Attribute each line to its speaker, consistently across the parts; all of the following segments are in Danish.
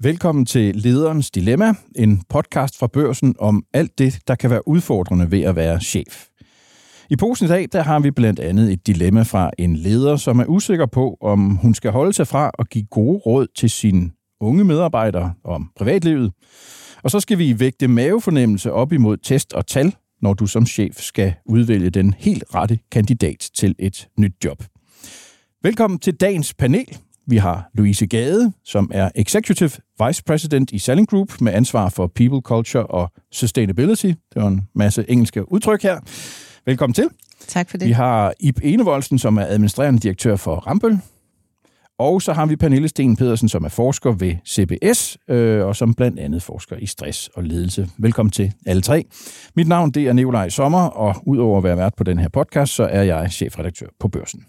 Speaker 1: Velkommen til Lederens Dilemma, en podcast fra Børsen om alt det, der kan være udfordrende ved at være chef. I posen i dag, der har vi blandt andet et dilemma fra en leder, som er usikker på, om hun skal holde sig fra at give gode råd til sine unge medarbejdere om privatlivet. Og så skal vi vægte mavefornemmelse op imod test og tal, når du som chef skal udvælge den helt rette kandidat til et nyt job. Velkommen til dagens panel. Vi har Louise Gade, som er Executive Vice President i Salling Group med ansvar for People, Culture og Sustainability. Det var en masse engelske udtryk her. Velkommen til.
Speaker 2: Tak for det.
Speaker 1: Vi har Ib Enevoldsen, som er administrerende direktør for Rambøll. Og så har vi Pernille Steen Pedersen, som er forsker ved CBS, og som blandt andet forsker i stress og ledelse. Velkommen til alle tre. Mit navn det er Nikolaj Sommer, og udover at være vært på den her podcast, så er jeg chefredaktør på Børsen.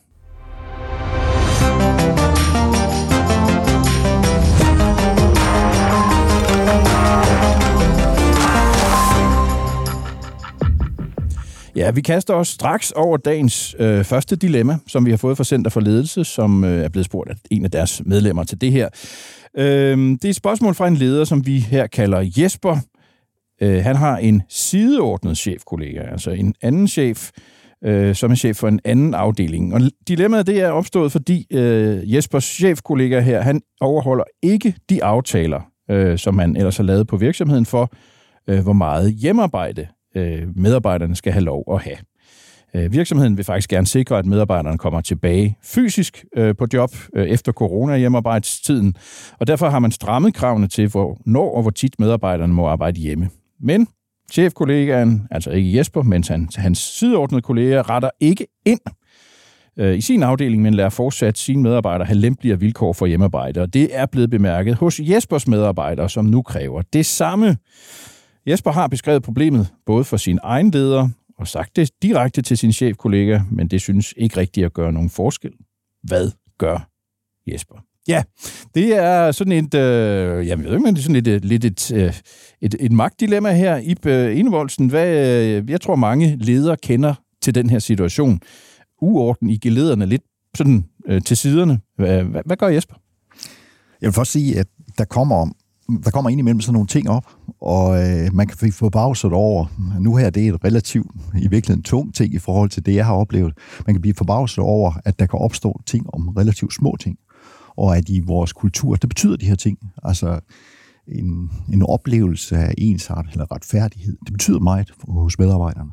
Speaker 1: Ja, vi kaster os straks over dagens første dilemma, som vi har fået fra Center for Ledelse, som er blevet spurgt af en af deres medlemmer til det her. Det er et spørgsmål fra en leder, som vi her kalder Jesper. Han har en sideordnet chefkollega, altså en anden chef, som er chef for en anden afdeling. Og dilemmaet det er opstået, fordi Jespers chefkollega her, han overholder ikke de aftaler, som man ellers har lavet på virksomheden for, hvor meget hjemmearbejde medarbejderne skal have lov at have. Virksomheden vil faktisk gerne sikre, at medarbejderne kommer tilbage fysisk på job efter corona-hjemmearbejdstiden, og derfor har man strammet kravene til, hvornår og hvor tit medarbejderne må arbejde hjemme. Men chefkollegaen, altså ikke Jesper, men hans sideordnede kollega, retter ikke ind i sin afdeling, men lader fortsat sine medarbejdere have lempeligere vilkår for hjemmearbejde, og det er blevet bemærket hos Jespers medarbejdere, som nu kræver det samme. Jesper har beskrevet problemet både for sin egen leder og sagt det direkte til sin chefkollega, men det synes ikke rigtigt at gøre nogen forskel. Hvad gør Jesper? Ja, det er sådan et, jeg ved ikke, men det er sådan et magtdilemma her. Ib Enevoldsen, jeg tror mange ledere kender til den her situation. Uorden i gelederne lidt sådan til siderne. Hvad gør Jesper?
Speaker 3: Jeg vil først sige, at der kommer indimellem sådan nogle ting op, og man kan få forbavset over, nu her det er et relativt, i virkeligheden tung ting i forhold til det, jeg har oplevet. Man kan blive forbavset over, at der kan opstå ting om relativt små ting, og at i vores kultur, det betyder de her ting, altså en oplevelse af ensart eller retfærdighed, det betyder meget hos medarbejderne.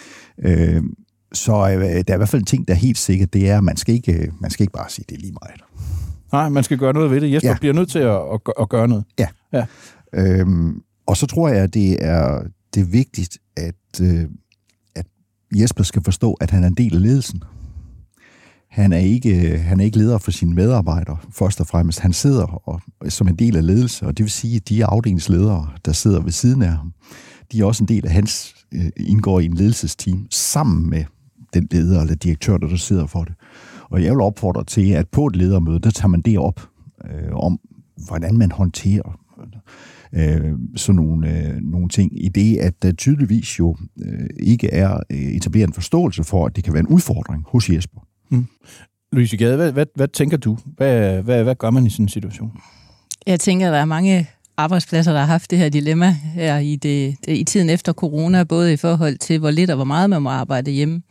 Speaker 3: Så der er i hvert fald en ting, der er helt sikkert, det er, at man skal ikke bare sige, det er lige meget.
Speaker 1: Nej, man skal gøre noget ved det. Jesper bliver nødt til at gøre noget.
Speaker 3: Ja. Og så tror jeg, at det er vigtigt, at Jesper skal forstå, at han er en del af ledelsen. Han er ikke leder for sine medarbejdere, først og fremmest. Han sidder som en del af ledelse, og det vil sige, at de afdelingsledere, der sidder ved siden af ham, de er også en del af hans, indgår i en ledelsesteam, sammen med den leder eller direktør, der sidder for det. Og jeg vil opfordre til, at på et ledermøde, der tager man det op, om hvordan man håndterer sådan nogle ting, i det, at der tydeligvis jo ikke er etableret en forståelse for, at det kan være en udfordring hos Jesper.
Speaker 1: Louise Gade, hvad tænker du? Hvad gør man i sådan en situation?
Speaker 2: Jeg tænker, at der er mange arbejdspladser, der har haft det her dilemma her i tiden efter corona, både i forhold til, hvor lidt og hvor meget man må arbejde hjemme.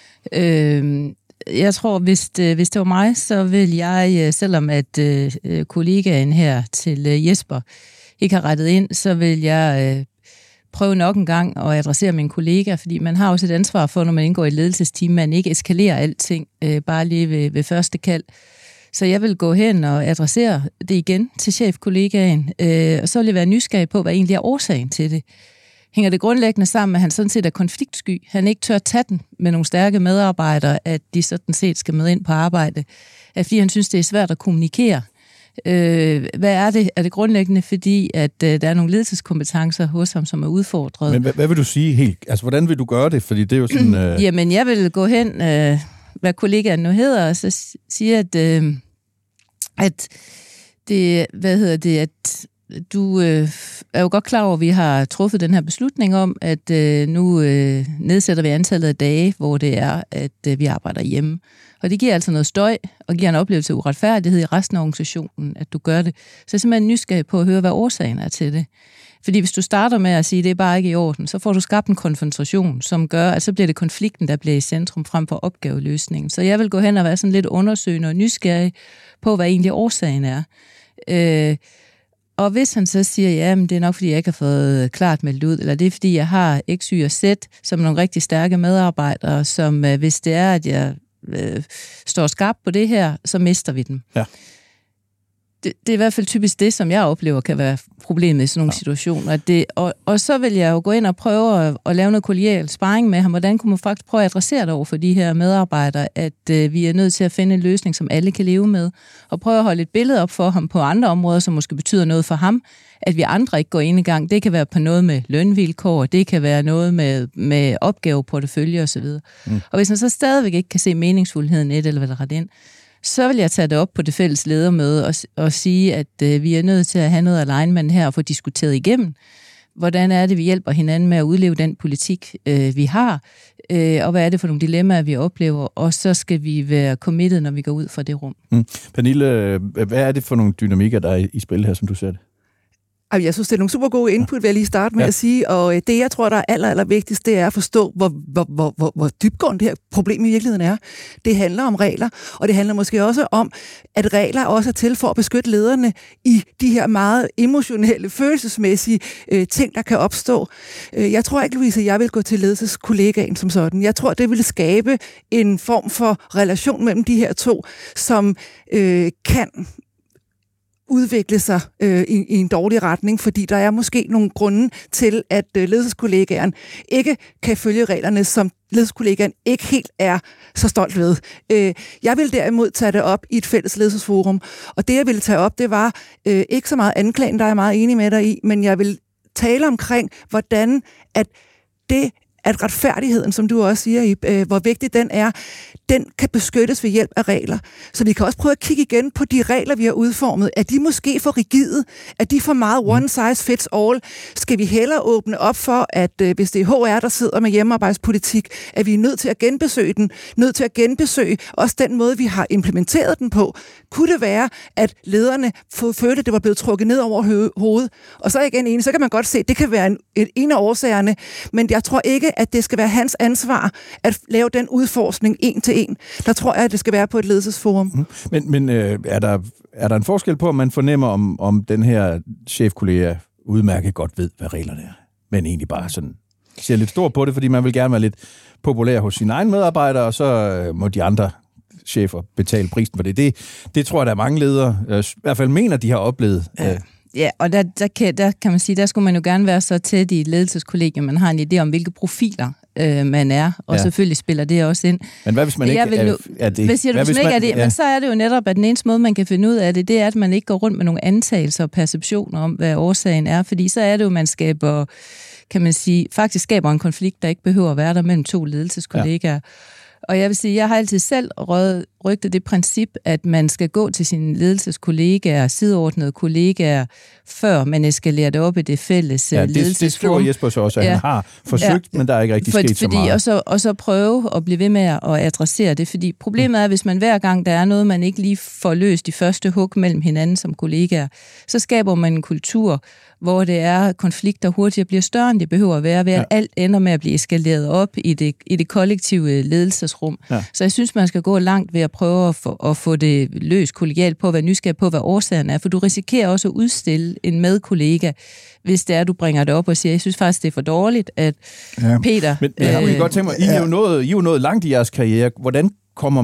Speaker 2: Jeg tror, hvis det var mig, så vil jeg, selvom at kollegaen her til Jesper ikke har rettet ind, så vil jeg prøve nok en gang at adressere min kollega, fordi man har også et ansvar for, når man indgår i et ledelsesteam, man ikke eskalerer alting bare lige ved første kald. Så jeg vil gå hen og adressere det igen til chefkollegaen, og så vil jeg være nysgerrig på, hvad egentlig er årsagen til det. Hænger det grundlæggende sammen med, at han sådan set er konfliktsky? Han ikke tør tage den med nogle stærke medarbejdere, at de sådan set skal med ind på arbejde. At fordi han synes, det er svært at kommunikere. Hvad er det? Er det grundlæggende, fordi at der er nogle ledelseskompetencer hos ham, som er udfordret?
Speaker 1: Men hvad vil du sige helt? Altså, hvordan vil du gøre det? Fordi det er jo sådan...
Speaker 2: Jamen, jeg vil gå hen, hvad kollegaen nu hedder, og så sige, at det, at du er jo godt klar over, at vi har truffet den her beslutning om, at nu nedsætter vi antallet af dage, hvor det er, at vi arbejder hjemme. Og det giver altså noget støj, og giver en oplevelse af uretfærdighed i resten af organisationen, at du gør det. Så jeg er simpelthen nysgerrig på at høre, hvad årsagen er til det. Fordi hvis du starter med at sige, at det er bare ikke i orden, så får du skabt en konfrontation, som gør, at så bliver det konflikten, der bliver i centrum frem for opgaveløsningen. Så jeg vil gå hen og være sådan lidt undersøgende og nysgerrig på, hvad egentlig årsagen er. Og hvis han så siger, ja, men det er nok, fordi jeg ikke har fået klart meldt ud, eller det er, fordi jeg har X, Y og Z, som nogle rigtig stærke medarbejdere, som hvis det er, at jeg står skarpt på det her, så mister vi dem.
Speaker 1: Ja.
Speaker 2: Det er i hvert fald typisk det, som jeg oplever kan være problemet i sådan nogle situationer. Og så vil jeg jo gå ind og prøve at lave noget kollegial sparring med ham. Hvordan kunne man faktisk prøve at adressere det over for de her medarbejdere, at vi er nødt til at finde en løsning, som alle kan leve med, og prøve at holde et billede op for ham på andre områder, som måske betyder noget for ham, at vi andre ikke går ind i gang. Det kan være på noget med lønvilkår, det kan være noget med opgaveportefølje osv. Og hvis man så stadigvæk ikke kan se meningsfuldheden i det, eller hvad der er ind, så vil jeg tage det op på det fælles ledermøde og sige, at vi er nødt til at have noget alignment her og få diskuteret igennem, hvordan er det, vi hjælper hinanden med at udleve den politik, vi har, og hvad er det for nogle dilemmaer, vi oplever, og så skal vi være committed, når vi går ud fra det rum.
Speaker 1: Pernille, hvad er det for nogle dynamikker, der er i spil her, som du ser det?
Speaker 4: Jeg synes, det er nogle super gode input, vil jeg lige starte med at sige, og det, jeg tror, der er aller vigtigst, det er at forstå, hvor dybtgående det her problem i virkeligheden er. Det handler om regler, og det handler måske også om, at regler også er til for at beskytte lederne i de her meget emotionelle, følelsesmæssige ting, der kan opstå. Jeg tror ikke, Louise, jeg vil gå til ledelseskollegaen som sådan. Jeg tror, det vil skabe en form for relation mellem de her to, som kan udvikle sig i en dårlig retning, fordi der er måske nogle grunde til, at ledelseskollegaen ikke kan følge reglerne, som ledelseskollegaen ikke helt er så stolt ved. Jeg vil derimod tage det op i et fælles ledelsesforum, og det, jeg ville tage op, det var ikke så meget anklagen, der er jeg meget enig med dig i, men jeg vil tale omkring, hvordan at retfærdigheden, som du også siger, hvor vigtig den er, den kan beskyttes ved hjælp af regler. Så vi kan også prøve at kigge igen på de regler, vi har udformet. Er de måske for rigide? Er de for meget one size fits all? Skal vi hellere åbne op for, at hvis det er HR, der sidder med hjemmearbejdspolitik, at vi er nødt til at genbesøge den, nødt til at genbesøge også den måde, vi har implementeret den på? Kunne det være, at lederne følte, at det var blevet trukket ned over hovedet? Og så igen enig, så kan man godt se, at det kan være en af årsagerne, men jeg tror ikke, at det skal være hans ansvar at lave den udforskning en til en. Der tror jeg, at det skal være på et ledelsesforum.
Speaker 1: Men er der en forskel på, om man fornemmer, om den her chefkollega udmærket godt ved, hvad reglerne er, men egentlig bare sådan ser lidt stor på det, fordi man vil gerne være lidt populær hos sine egne medarbejdere, og så må de andre chefer betale prisen for det. Det tror jeg, der er mange ledere, i hvert fald mener, de har oplevet.
Speaker 2: Ja, og der kan man sige, der skulle man jo gerne være så tæt i et ledelseskollegium, man har en idé om, hvilke profiler man er, og selvfølgelig spiller det også ind.
Speaker 1: Men hvad hvis man ikke er det?
Speaker 2: Hvis du ikke er det, men så er det jo netop, at den eneste måde, man kan finde ud af det, det er, at man ikke går rundt med nogle antagelser og perceptioner om, hvad årsagen er, fordi så er det jo, man skaber, kan man sige, faktisk skaber en konflikt, der ikke behøver at være der mellem to ledelseskollegaer. Ja. Og jeg vil sige, jeg har altid selv rygtet det princip, at man skal gå til sine ledelseskollegaer, sideordnede kollegaer, før man eskalerer det op i det fælles ledelsesforum. Det skriver Jesper så også, at han har forsøgt, men der er ikke rigtig sket så meget. Og så prøve at blive ved med at adressere det, fordi problemet er, hvis man hver gang, der er noget, man ikke lige får løst i første hug mellem hinanden som kollegaer, så skaber man en kultur, hvor det er konflikter hurtigt bliver større, end det behøver at være, ved at alt ender med at blive eskaleret op i det kollektive ledelsesrum. Ja. Så jeg synes, man skal gå langt ved at prøve at få det løst kollegialt på, at være nysgerrig på, hvad årsagen er, for du risikerer også at udstille en medkollega, hvis det er, du bringer det op og siger, jeg synes faktisk, det er for dårligt, at Peter... Men jeg kan godt tænke mig, I er jo nået langt i jeres karriere. Hvordan kommer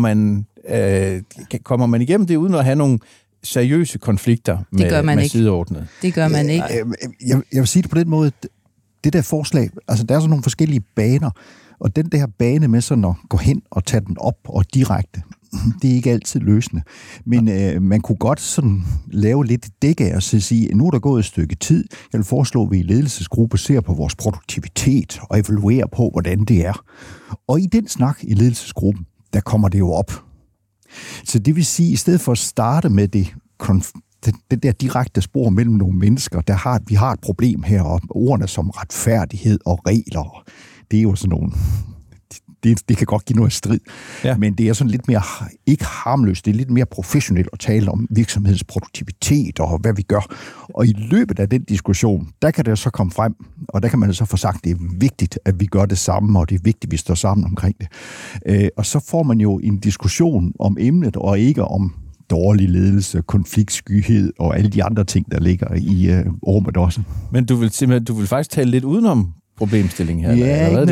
Speaker 2: man igennem det, uden at have nogle seriøse konflikter med sideordnede? Det gør man ikke.
Speaker 3: Jeg vil sige det på den måde, det der forslag, altså der er sådan nogle forskellige baner, og den der bane med sådan at gå hen og tage den op og direkte, det er ikke altid løsende. Men man kunne godt sådan lave lidt dæk af og sige, nu er der gået et stykke tid. Jeg vil foreslå, at vi i ledelsesgruppe ser på vores produktivitet og evaluerer på, hvordan det er. Og i den snak i ledelsesgruppen, der kommer det jo op. Så det vil sige, i stedet for at starte med det det der direkte spor mellem nogle mennesker, vi har et problem her, og ordene som retfærdighed og regler, det er jo sådan nogle... Det kan godt give noget strid, men det er sådan lidt mere, ikke harmløst, det er lidt mere professionelt at tale om virksomhedens produktivitet og hvad vi gør. Og i løbet af den diskussion, der kan det så komme frem, og der kan man så få sagt, at det er vigtigt, at vi gør det samme, og det er vigtigt, at vi står sammen omkring det. Og så får man jo en diskussion om emnet, og ikke om dårlig ledelse, konfliktskyhed og alle de andre ting, der ligger i rummet også.
Speaker 1: Men du vil faktisk tale lidt udenom problemstilling her?
Speaker 3: Ja,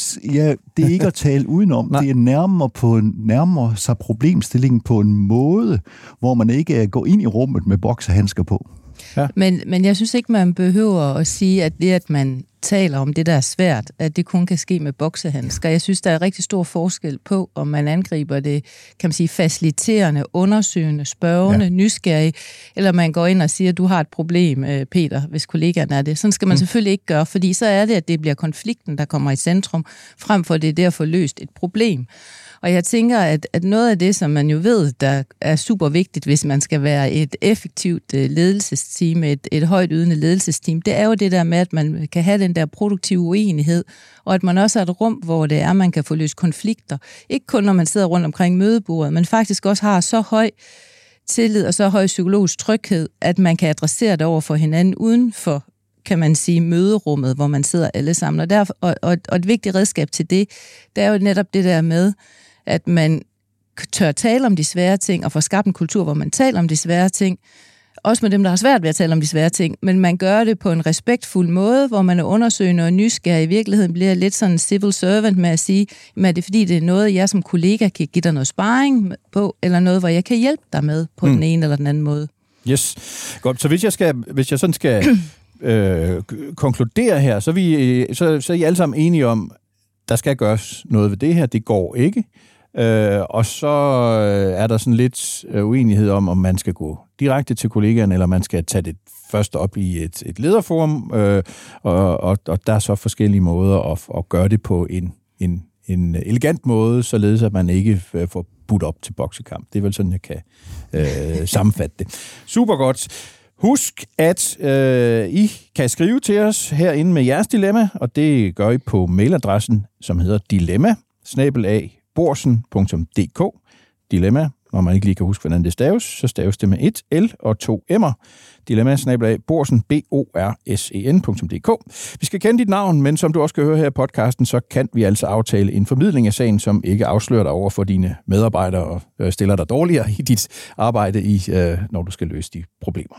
Speaker 3: det er ikke at tale udenom. Det er nærmere sig problemstillingen på en måde, hvor man ikke går ind i rummet med boksehandsker på.
Speaker 2: Ja. Men jeg synes ikke, man behøver at sige, at det, at man taler om det, der er svært, at det kun kan ske med boksehandsker. Jeg synes, der er rigtig stor forskel på, om man angriber det, kan man sige, faciliterende, undersøgende, spørgende, nysgerrig, eller man går ind og siger, at du har et problem, Peter, hvis kollegaen er det. Sådan skal man selvfølgelig ikke gøre, fordi så er det, at det bliver konflikten, der kommer i centrum, frem for det der at få løst et problem. Og jeg tænker, at noget af det, som man jo ved, der er super vigtigt, hvis man skal være et effektivt ledelsesteam, et højt ydende ledelsesteam, det er jo det der med, at man kan have den der produktive uenighed, og at man også har et rum, hvor det er, man kan få løst konflikter. Ikke kun, når man sidder rundt omkring mødebordet, men faktisk også har så høj tillid og så høj psykologisk tryghed, at man kan adressere det over for hinanden uden for, kan man sige, møderummet, hvor man sidder alle sammen. Og et vigtigt redskab til det er jo netop det der med, at man tør tale om de svære ting, og får skabt en kultur, hvor man taler om de svære ting, også med dem, der har svært ved at tale om de svære ting, men man gør det på en respektfuld måde, hvor man er undersøgende og nysgerrig. I virkeligheden bliver lidt sådan en civil servant med at sige, at det er fordi, det er noget, jeg som kollega kan give dig noget sparring på, eller noget, hvor jeg kan hjælpe dig med på den ene eller den anden måde.
Speaker 1: Yes. Godt, så hvis jeg sådan skal konkludere her, så er I alle sammen enige om, der skal gøres noget ved det her, det går ikke. Og så er der sådan lidt uenighed om man skal gå direkte til kollegaerne, eller man skal tage det først op i et lederforum, og der er så forskellige måder at gøre det på en elegant måde, således at man ikke får budt op til boksekamp. Det er vel sådan, jeg kan sammenfatte det. Super godt. Husk, at I kan skrive til os herinde med jeres dilemma, og det gør I på mailadressen, som hedder dilemma@borsen.dk. Dilemma, når man ikke lige kan huske, hvordan det staves, så staves det med 1 L og 2 M'er. Dilemma@borsen, borsen.dk. Vi skal kende dit navn, men som du også skal høre her i podcasten, så kan vi altså aftale en formidling af sagen, som ikke afslører dig over for dine medarbejdere og stiller dig dårligere i dit arbejde, når du skal løse de problemer.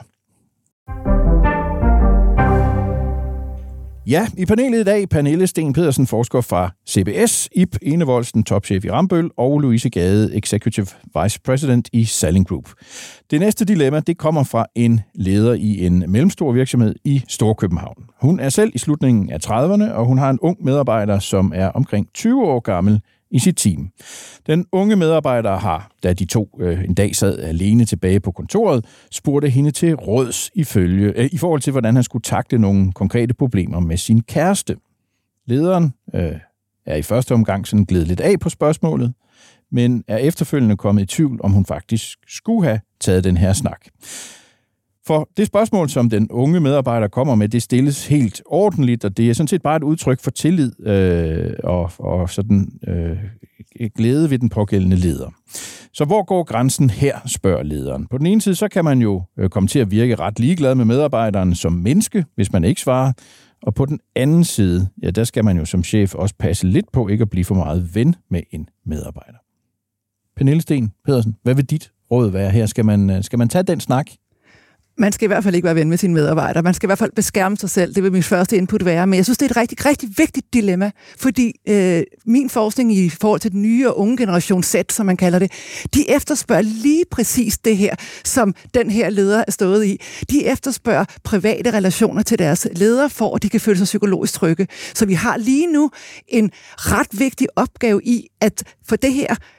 Speaker 1: Ja, i panelet i dag, Pernille Sten Pedersen, forsker fra CBS, Ib Enevoldsen, topchef i Rambøll, og Louise Gade, Executive Vice President i Salling Group. Det næste dilemma, det kommer fra en leder i en mellemstor virksomhed i Storkøbenhavn. Hun er selv i slutningen af 30'erne, og hun har en ung medarbejder, som er omkring 20 år gammel i sit team. Den unge medarbejder har, da de to en dag sad alene tilbage på kontoret, spurgte hende til råds i forhold til, hvordan han skulle takle nogle konkrete problemer med sin kæreste. Lederen er i første omgang sådan gledet lidt af på spørgsmålet, men er efterfølgende kommet i tvivl, om hun faktisk skulle have taget den her snak. For det spørgsmål, som den unge medarbejder kommer med, det stilles helt ordentligt, og det er sådan set bare et udtryk for tillid og sådan glæde ved den pågældende leder. Så hvor går grænsen her, spørger lederen. På den ene side, så kan man jo komme til at virke ret ligeglad med medarbejderen som menneske, hvis man ikke svarer. Og på den anden side, ja, der skal man jo som chef også passe lidt på ikke at blive for meget ven med en medarbejder. Pernille Sten Pedersen, hvad vil dit råd være her? Skal man tage den snak?
Speaker 4: Man skal i hvert fald ikke være ven med sine medarbejdere. Man skal i hvert fald beskærme sig selv. Det vil min første input være. Men jeg synes, det er et rigtig, rigtig vigtigt dilemma, fordi min forskning i forhold til den nye og unge generation Z, som man kalder det, de efterspørger lige præcis det her, som den her leder er stået i. De efterspørger private relationer til deres ledere, for at de kan føle sig psykologisk trygge. Så vi har lige nu en ret vigtig opgave i at få det her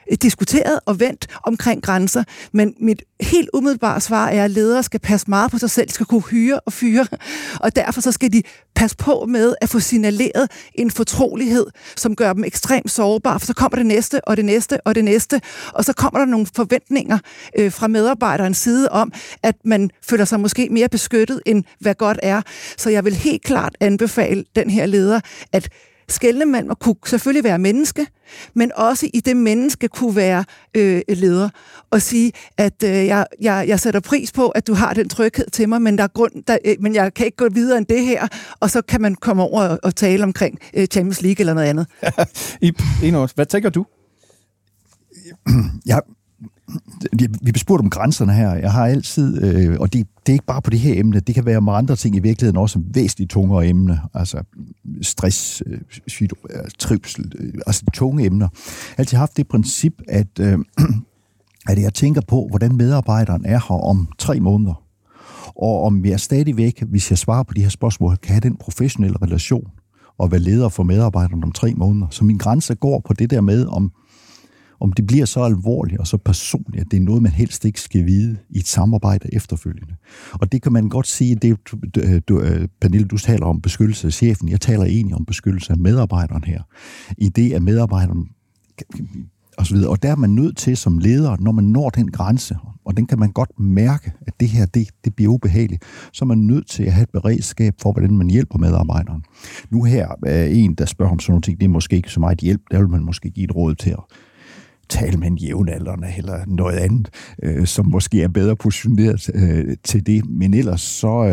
Speaker 4: diskuteret og vendt omkring grænser, men mit helt umiddelbare svar er, at ledere skal passe meget på sig selv, de skal kunne hyre og fyre, og derfor så skal de passe på med at få signaleret en fortrolighed, som gør dem ekstremt sårbare, for så kommer det næste, og det næste, og det næste, og så kommer der nogle forventninger fra medarbejderens side om, at man føler sig måske mere beskyttet, end hvad godt er. Så jeg vil helt klart anbefale den her leder, at skelne man kunne selvfølgelig være menneske, men også i det menneske kunne være leder, og sige, at jeg sætter pris på, at du har den tryghed til mig, men men jeg kan ikke gå videre end det her, og så kan man komme over og tale omkring Champions League eller noget andet.
Speaker 1: Hvad tænker du?
Speaker 3: Vi bespurgte om grænserne her. Jeg har altid, og det er ikke bare på det her emne, det kan være med andre ting i virkeligheden også væsentligt tungere emne, altså stress, trivsel, altså tunge emner. Jeg har altid haft det princip, at jeg tænker på, hvordan medarbejderen er her om 3 måneder, og om jeg stadigvæk, hvis jeg svarer på de her spørgsmål, kan have den professionelle relation og være leder for medarbejderen om 3 måneder. Så min grænse går på det der med, om det bliver så alvorligt og så personligt, at det er noget, man helst ikke skal vide i et samarbejde efterfølgende. Og det kan man godt sige, Pernille, du taler om beskyttelse af chefen, jeg taler egentlig om beskyttelse af medarbejderen her. I det, at medarbejderen og så videre. Og der er man nødt til som leder, når man når den grænse, og den kan man godt mærke, at det her, det bliver ubehageligt, så er man nødt til at have et beredskab for, hvordan man hjælper medarbejderen. Nu her er en, der spørger om sådan nogle ting, det er måske ikke så meget hjælp, der vil man måske give et råd til at tale med en jævnaldrende eller noget andet, som måske er bedre positioneret til det. Men ellers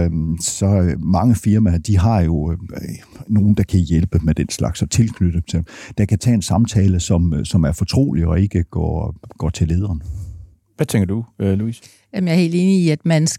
Speaker 3: så mange firmaer, de har jo nogen, der kan hjælpe med den slags og tilknytte til, der kan tage en samtale, som er fortrolig og ikke går til lederen.
Speaker 1: Hvad tænker du, Louise?
Speaker 2: Jamen, jeg er helt enig i, at man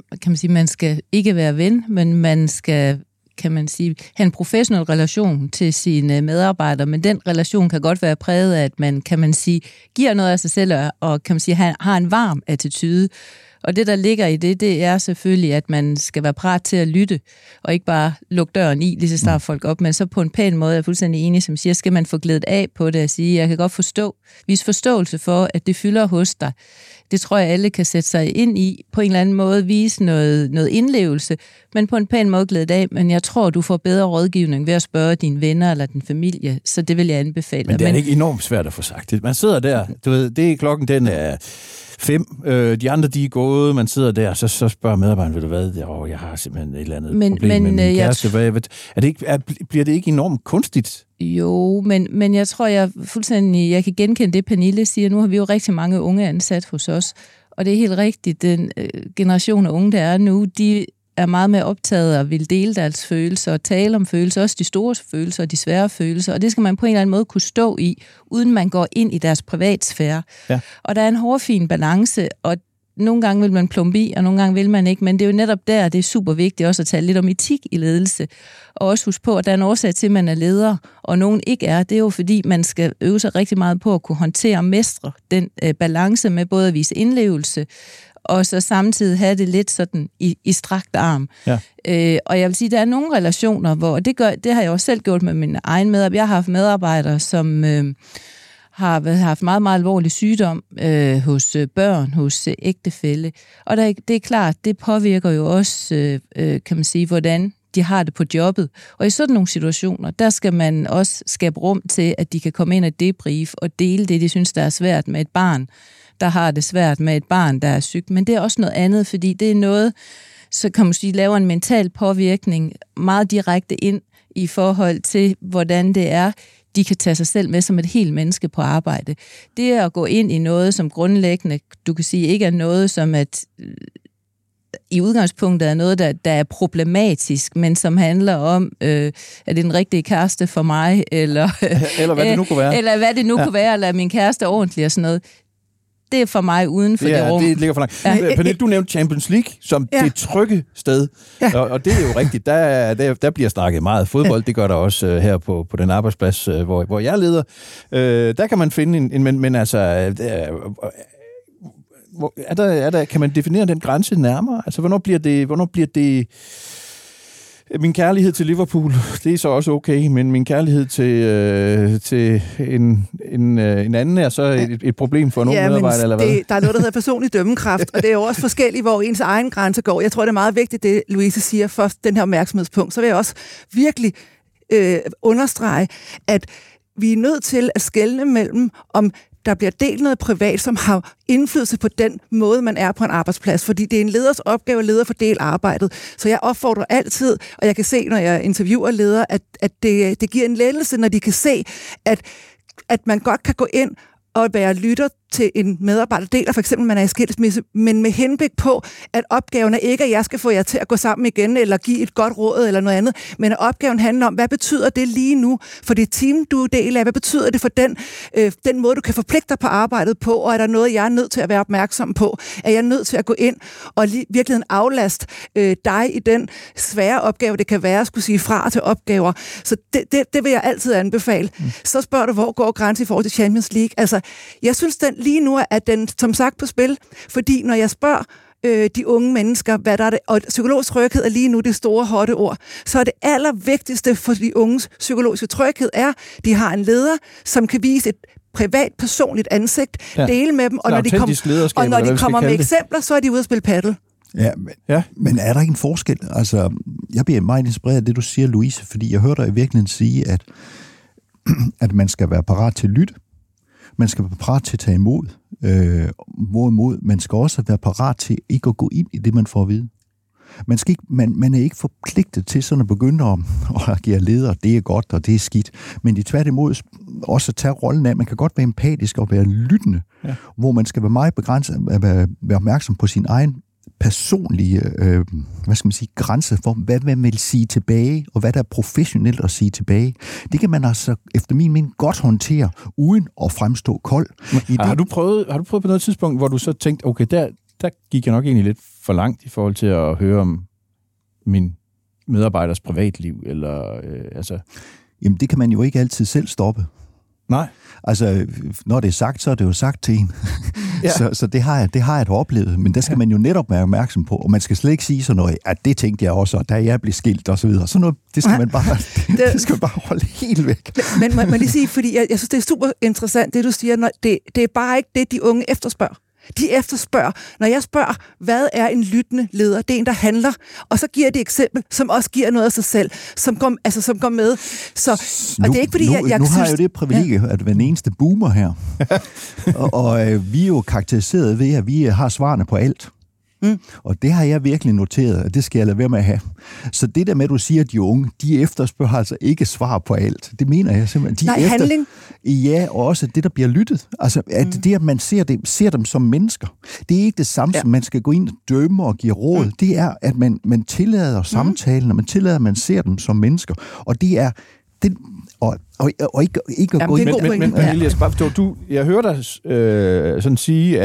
Speaker 2: skal ikke være ven, men man skal have en professionel relation til sine medarbejdere, men den relation kan godt være præget af, at man, giver noget af sig selv, og har en varm attitude. Og det, der ligger i det er selvfølgelig, at man skal være parat til at lytte, og ikke bare lukke døren i, lige så snart folk op, men så på en pæn måde, jeg er fuldstændig enig, som siger, skal man få glædet af på det og sige, jeg kan godt vise forståelse for, at det fylder hos dig. Det tror jeg, alle kan sætte sig ind i, på en eller anden måde vise noget indlevelse, men på en pæn måde glædet af, men jeg tror, du får bedre rådgivning ved at spørge dine venner eller din familie, så det vil jeg anbefale.
Speaker 1: Men det er ikke enormt svært at få sagt. Man sidder der, du ved, det er klokken, den er 5, de andre, de er gået, man sidder der, så spørger medarbejderen, ved du hvad, jeg har simpelthen et eller andet problem med min kæreste. Bliver det ikke enormt kunstigt?
Speaker 2: Jo, men jeg tror, jeg kan genkende det, Pernille siger. Nu har vi jo rigtig mange unge ansat hos os, og det er helt rigtigt, den generation af unge, der er nu, de er meget mere optaget og vil dele deres følelser og tale om følelser, også de store følelser og de svære følelser, og det skal man på en eller anden måde kunne stå i, uden man går ind i deres privatsfære. Ja. Og der er en hårfin balance, og nogle gange vil man plumpe i, og nogle gange vil man ikke, men det er jo netop der, det er super vigtigt også at tale lidt om etik i ledelse, og også huske på, at der er en årsag til, at man er leder, og nogen ikke er. Det er jo fordi, man skal øve sig rigtig meget på at kunne håndtere og mestre den balance med både at vise indlevelse, og så samtidig have det lidt sådan i strakt arm. Ja. Og jeg vil sige, der er nogle relationer, hvor det har jeg også selv gjort med min egen medarbejder. Jeg har haft medarbejdere, som har haft meget, meget alvorlig sygdom hos børn, hos ægtefælle. Og det er klart, det påvirker jo også, hvordan de har det på jobbet. Og i sådan nogle situationer, der skal man også skabe rum til, at de kan komme ind og debrief og dele det, de synes, der er svært med et barn, der har det svært med et barn, der er sygt. Men det er også noget andet, fordi det er noget, så kan man sige, laver en mental påvirkning meget direkte ind i forhold til, hvordan det er, de kan tage sig selv med som et helt menneske på arbejde. Det er at gå ind i noget, som grundlæggende, du kan sige, ikke er noget, som at i udgangspunktet er noget, der er problematisk, men som handler om, er det den rigtige kæreste for mig,
Speaker 1: eller hvad det nu kunne være.
Speaker 2: Eller hvad det nu kunne være, eller er min kæreste ordentlig og sådan noget. Det er for mig uden for det rum.
Speaker 1: Det ligger for langt. Ja. Pernille, du nævnte Champions League som det trygge sted, og det er jo rigtigt. Der bliver snakket meget fodbold, det gør der også her på den arbejdsplads, hvor jeg leder. Der kan man finde men altså... kan man definere den grænse nærmere? Altså, hvornår bliver det Min kærlighed til Liverpool, det er så også okay, men min kærlighed til en anden er så et problem for en ung medarbejder, eller hvad?
Speaker 4: Der er noget, der hedder personlig dømmekraft, og det er jo også forskelligt, hvor ens egen grænse går. Jeg tror, det er meget vigtigt, det Louise siger, først den her opmærksomhedspunkt. Så vil jeg også virkelig understrege, at vi er nødt til at skelne mellem, om der bliver delt noget privat, som har indflydelse på den måde, man er på en arbejdsplads. Fordi det er en leders opgave at lede og fordele arbejdet. Så jeg opfordrer altid, og jeg kan se, når jeg interviewer ledere, at det giver en lettelse, når de kan se, at man godt kan gå ind og være lytter til en medarbejder, deler for eksempel, man er i skilsmisse, men med henblik på, at opgaven er ikke, at jeg skal få jer til at gå sammen igen, eller give et godt råd, eller noget andet, men at opgaven handler om, hvad betyder det lige nu for det team, du er del af? Hvad betyder det for den måde, du kan forpligte dig på arbejdet på, og er der noget, jeg er nødt til at være opmærksom på? Er jeg nødt til at gå ind og virkelig aflaste dig i den svære opgave, det kan være at skulle sige fra til opgaver? Så det vil jeg altid anbefale. Så spørger du, hvor går grænsen i forhold til Champions League? Altså, jeg synes, den lige nu er den som sagt på spil, fordi når jeg spørger de unge mennesker, hvad der er det, og psykologisk tryghed er lige nu det store hotte ord, så er det allervigtigste for de unges psykologiske tryghed er, de har en leder, som kan vise et privat, personligt ansigt, dele med dem, og når de kommer med eksempler, så er de ude at spille paddle.
Speaker 3: Men er der ikke en forskel? Altså, jeg bliver meget inspireret af det, du siger, Louise, fordi jeg hørte dig i virkeligheden sige, at man skal være parat til at lytte. Man skal være parat til at tage imod. Man skal også være parat til ikke at gå ind i det, man får at vide. Man er ikke forpligtet til sådan at begynde at agere leder. Det er godt, og det er skidt. Men de tværtimod også at tage rollen af. Man kan godt være empatisk og være lyttende, hvor man skal være meget begrænset, være opmærksom på sin egen personlige grænse for, hvad man vil sige tilbage, og hvad der er professionelt at sige tilbage. Det kan man altså, efter min mening, godt håndtere, uden at fremstå kold.
Speaker 1: Har du prøvet på noget tidspunkt, hvor du så tænkte, okay, der gik jeg nok egentlig lidt for langt i forhold til at høre om min medarbejders privatliv, eller
Speaker 3: Jamen, det kan man jo ikke altid selv stoppe.
Speaker 1: Nej.
Speaker 3: Altså, når det er sagt, så er det jo sagt til en. Så det har jeg oplevet, men der skal man jo netop være opmærksom på, og man skal slet ikke sige sådan noget, at det tænkte jeg også, og da jeg blev skilt og så videre. Sådan noget, det skal man bare, det skal man bare holde helt væk.
Speaker 4: Men må jeg lige sige, fordi jeg synes, det er super interessant, det du siger, når det er bare ikke det, de unge efterspørger. De efterspørger, når jeg spørger, hvad er en lyttende leder? Det er en, der handler, og så giver det et eksempel, som også giver noget af sig selv, som går med. Så, og det er ikke, fordi jeg
Speaker 3: nu har jeg jo det privilegie, at være den eneste boomer her. og vi er jo karakteriseret ved, at vi har svarene på alt. Og det har jeg virkelig noteret, og det skal jeg lade være med at have. Så det der med, at du siger, at de unge, de efterspørger altså ikke svar på alt. Det mener jeg simpelthen.
Speaker 4: Handling.
Speaker 3: Ja, og også det, der bliver lyttet. Altså, at det, at man ser dem som mennesker, det er ikke det samme, som man skal gå ind og dømme og give råd. Det er, at man tillader samtalen, og man tillader, at man ser dem som mennesker. Og det er... Og ikke at gå ind...
Speaker 1: Men Elias, bare forstå, jeg hører dig sådan sige,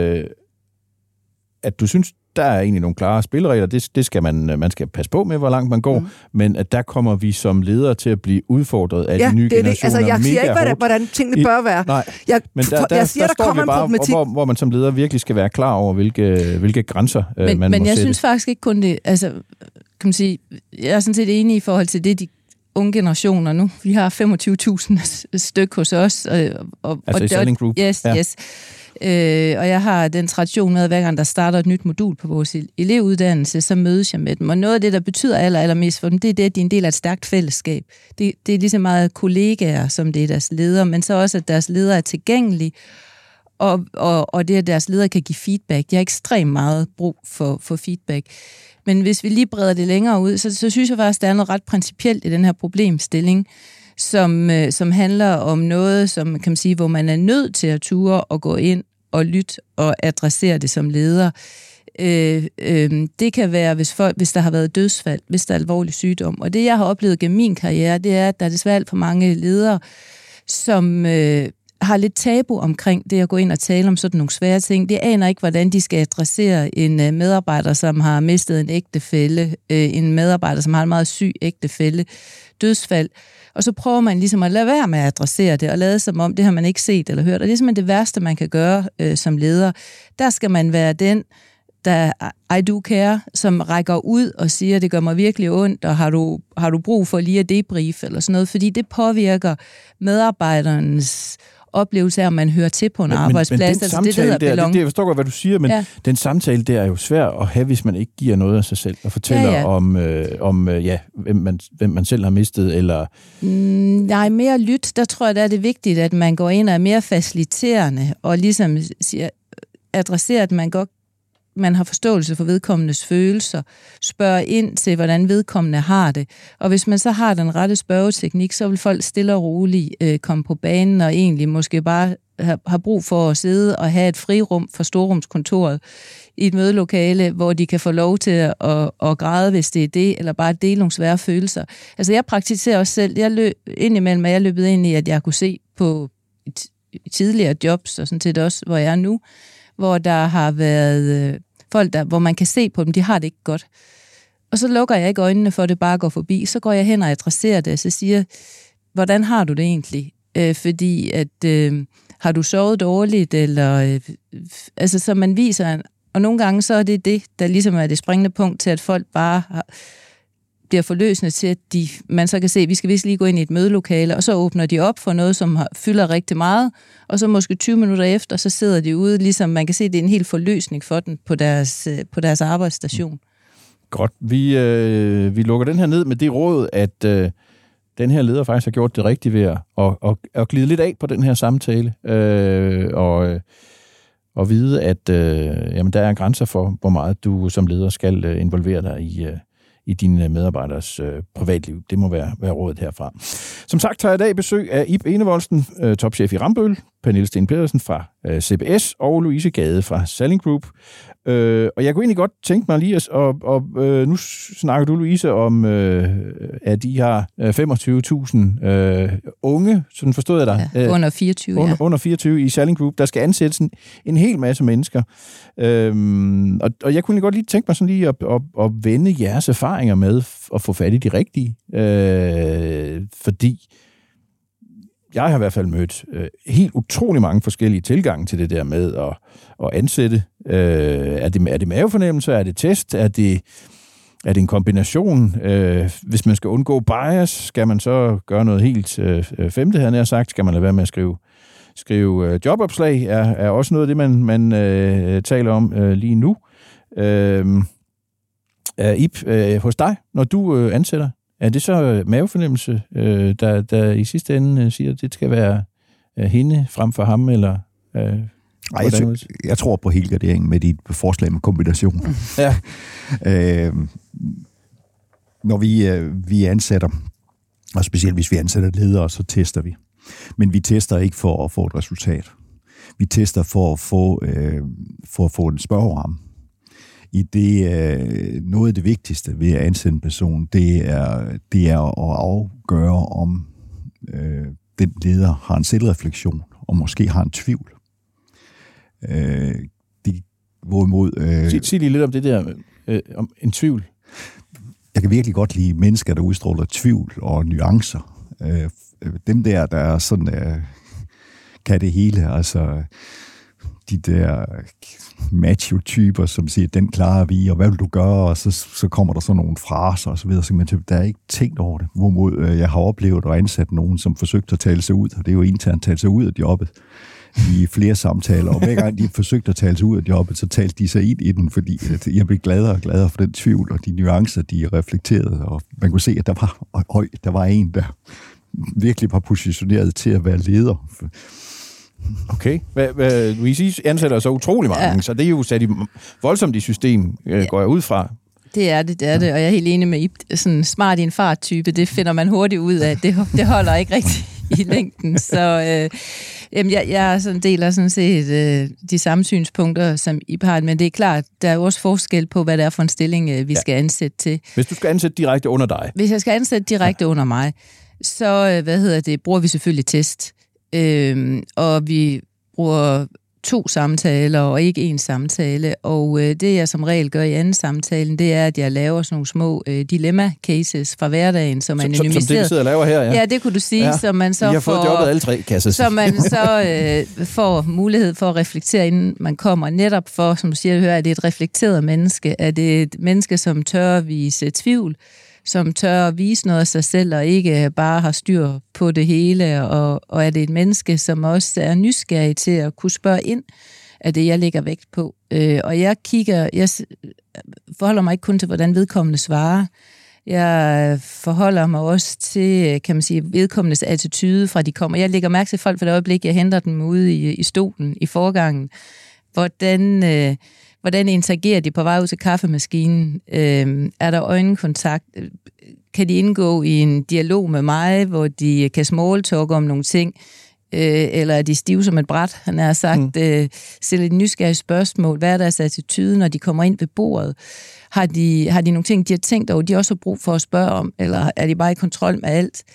Speaker 1: at du synes, der er egentlig nogle klare spilleregler. Det skal man skal passe på med, hvor langt man går, men at der kommer vi som ledere til at blive udfordret af de nye generationer.
Speaker 4: Altså, jeg siger ikke, hvordan tingene bør være.
Speaker 1: Nej, men jeg siger, der kommer en problematik. Hvor man som leder virkelig skal være klar over, hvilke grænser man må sætte.
Speaker 2: Men jeg synes faktisk ikke kun det. Altså, kan man sige, jeg er sådan set enig i forhold til det, de unge generationer nu. Vi har 25.000 styk hos os.
Speaker 1: Altså i Selling Group?
Speaker 2: Yes. Og jeg har den tradition med, at hver gang der starter et nyt modul på vores elevuddannelse, så mødes jeg med dem. Og noget af det, der betyder allermest for dem, det er det, at de er en del af et stærkt fællesskab. Det er lige så meget kollegaer, som det er deres ledere, men så også, at deres ledere er tilgængelige, og det, at deres ledere kan give feedback. De har ekstremt meget brug for feedback. Men hvis vi lige breder det længere ud, så synes jeg faktisk, der er noget ret principielt i den her problemstilling, som handler om noget, som kan man sige, hvor man er nødt til at ture og gå ind og lytte og adressere det som leder. Det kan være, hvis der har været dødsfald, hvis der er alvorlig sygdom. Og det, jeg har oplevet gennem min karriere, det er, at der er desværre alt for mange ledere, som har lidt tabu omkring det at gå ind og tale om sådan nogle svære ting. De aner ikke, hvordan de skal adressere en medarbejder, som har mistet en ægtefælle, en medarbejder, som har en meget syg ægtefælle, dødsfald. Og så prøver man ligesom at lade være med at adressere det, og lade som om, det har man ikke set eller hørt. Og det er simpelthen det værste, man kan gøre som leder. Der skal man være den der I do care, som rækker ud og siger, det gør mig virkelig ondt, og har du brug for lige at debrief eller sådan noget, fordi det påvirker medarbejderens oplevelse af, at man hører til på en arbejdsplads.
Speaker 1: Men den samtale der, jeg forstår godt, hvad du siger, men den samtale der er jo svær at have, hvis man ikke giver noget af sig selv, og fortæller om hvem man selv har mistet, eller...
Speaker 2: Nej, mere lyt. Der tror jeg, der er det vigtigt, at man går ind og er mere faciliterende, og ligesom siger, adresserer, at man har forståelse for vedkommendes følelser, spørger ind til, hvordan vedkommende har det. Og hvis man så har den rette spørgeteknik, så vil folk stille og roligt komme på banen, og egentlig måske bare have brug for at sidde og have et frirum for storrumskontoret i et mødelokale, hvor de kan få lov til at græde, hvis det er det, eller bare dele nogle svære følelser. Altså jeg praktiserer også selv, indimellem er jeg løbet ind i, at jeg kunne se på tidligere jobs, og sådan set også, hvor jeg er nu, hvor der har været folk, hvor man kan se på dem, de har det ikke godt. Og så lukker jeg ikke øjnene for, at det bare går forbi. Så går jeg hen og adresserer det, og så siger, hvordan har du det egentlig? Fordi at har du sovet dårligt, eller altså så man viser, og nogle gange så er det, der ligesom er det springende punkt til, at folk bare bliver forløsende til, at man så kan se, at vi skal vist lige gå ind i et mødelokale, og så åbner de op for noget, som fylder rigtig meget, og så måske 20 minutter efter, så sidder de ude, ligesom man kan se, det er en helt forløsning for den på deres arbejdsstation.
Speaker 1: Godt. Vi lukker den her ned med det råd, at den her leder faktisk har gjort det rigtigt ved at glide lidt af på den her samtale, og vide, at der er grænser for, hvor meget du som leder skal involvere dig i dine medarbejderes privatliv. Det må være rådet herfra. Som sagt har jeg i dag besøg af Ib Enevoldsen, topchef i Rambøll, Pernille Sten Pedersen fra CBS og Louise Gade fra Salling Group. Og jeg kunne egentlig godt tænke mig lige, og nu snakker du, Louise, om, at I har 25.000 unge, sådan forstod jeg dig.
Speaker 2: Ja, under 24,
Speaker 1: under 24 i Salling Group, der skal ansættes en hel masse mennesker. Og jeg kunne godt lige tænke mig sådan lige at vende jeres erfaringer med at få fat i de rigtige. Fordi jeg har i hvert fald mødt helt utrolig mange forskellige tilgange til det der med at ansætte. Er det mavefornemmelse? Er det test? Er det en kombination? Hvis man skal undgå bias, skal man så gøre noget helt femte, havde jeg sagt? Skal man lade være med at skrive jobopslag? Er også noget af det, man taler om lige nu. Ib, hos dig, når du ansætter, er det så mavefornemmelse, der i sidste ende siger, at det skal være hende frem for ham, eller...
Speaker 3: Nej, jeg tror på helgardering med dit forslag med kombination.
Speaker 1: Ja.
Speaker 3: Når vi ansætter, og specielt hvis vi ansætter ledere, så tester vi. Men vi tester ikke for at få et resultat. Vi tester for at få en spørgeramme. Noget af det vigtigste ved at ansætte en person, det er at afgøre, om den leder har en selvrefleksion, og måske har en tvivl.
Speaker 1: Sig lige lidt om det der, om en tvivl.
Speaker 3: Jeg kan virkelig godt lide mennesker, der udstråler tvivl og nuancer. Dem der er sådan, kan det hele, altså de der macho-typer, som siger, den klarer vi, og hvad vil du gøre? Og så kommer der sådan nogle fraser og så videre, så der er ikke tænkt over det. Hvorimod jeg har oplevet at ansætte nogen, som forsøgte at tale sig ud, og det er jo internt at tale sig ud af jobbet i flere samtaler, og hver gang de forsøgte at tale sig ud af jobbet, så talte de sig ind i den, fordi jeg blev gladere og gladere for den tvivl, og de nuancer, de reflekterede, og man kunne se, at der var en, der virkelig var positioneret til at være leder.
Speaker 1: Okay. Louise ansætter så utrolig mange, så det er jo sat voldsomt i system, går jeg ud fra.
Speaker 2: Det er det, og jeg er helt enig med Ib. Sådan smart i en fart-type, det finder man hurtigt ud af. Det holder ikke rigtigt i længden. Så jeg deler sådan set de samme synspunkter, som Ib har, men det er klart, der er også forskel på, hvad det er for en stilling, vi skal ansætte til.
Speaker 1: Hvis du skal ansætte direkte under dig?
Speaker 2: Hvis jeg skal ansætte direkte under mig, så bruger vi selvfølgelig test. Og vi bruger 2 samtaler og ikke 1 samtale. Og det, jeg som regel gør i anden samtalen, det er, at jeg laver sådan nogle små dilemma-cases fra hverdagen, som er anonymiseret.
Speaker 1: Som det, vi sidder og laver her, ja.
Speaker 2: Ja, det kunne du sige,
Speaker 1: ja.
Speaker 2: så man så
Speaker 1: I har fået jobbet alle 3, kan jeg så sige.
Speaker 2: Så man så får mulighed for at reflektere, inden man kommer. Netop for, som du siger, er det et reflekteret menneske? Er det et menneske, som tør at vise tvivl? Som tør at vise noget af sig selv, og ikke bare har styr på det hele? Og er det et menneske, som også er nysgerrig til at kunne spørge ind af det, jeg lægger vægt på? Og jeg forholder mig ikke kun til, hvordan vedkommende svarer. Jeg forholder mig også til, kan man sige, vedkommendes attitude fra de kommer. Jeg lægger mærke til folk for det øjeblik, jeg henter dem ude i stolen i forgangen. Hvordan interagerer de på vej ud til kaffemaskinen? Er der øjenkontakt? Kan de indgå i en dialog med mig, hvor de kan smalltalke om nogle ting? Eller er de stive som et bræt? Han har sagt, stille et nysgerrigt spørgsmål. Hvad er deres attitude, når de kommer ind ved bordet? Har de nogle ting, de har tænkt over, de også har brug for at spørge om? Eller er de bare i kontrol med alt?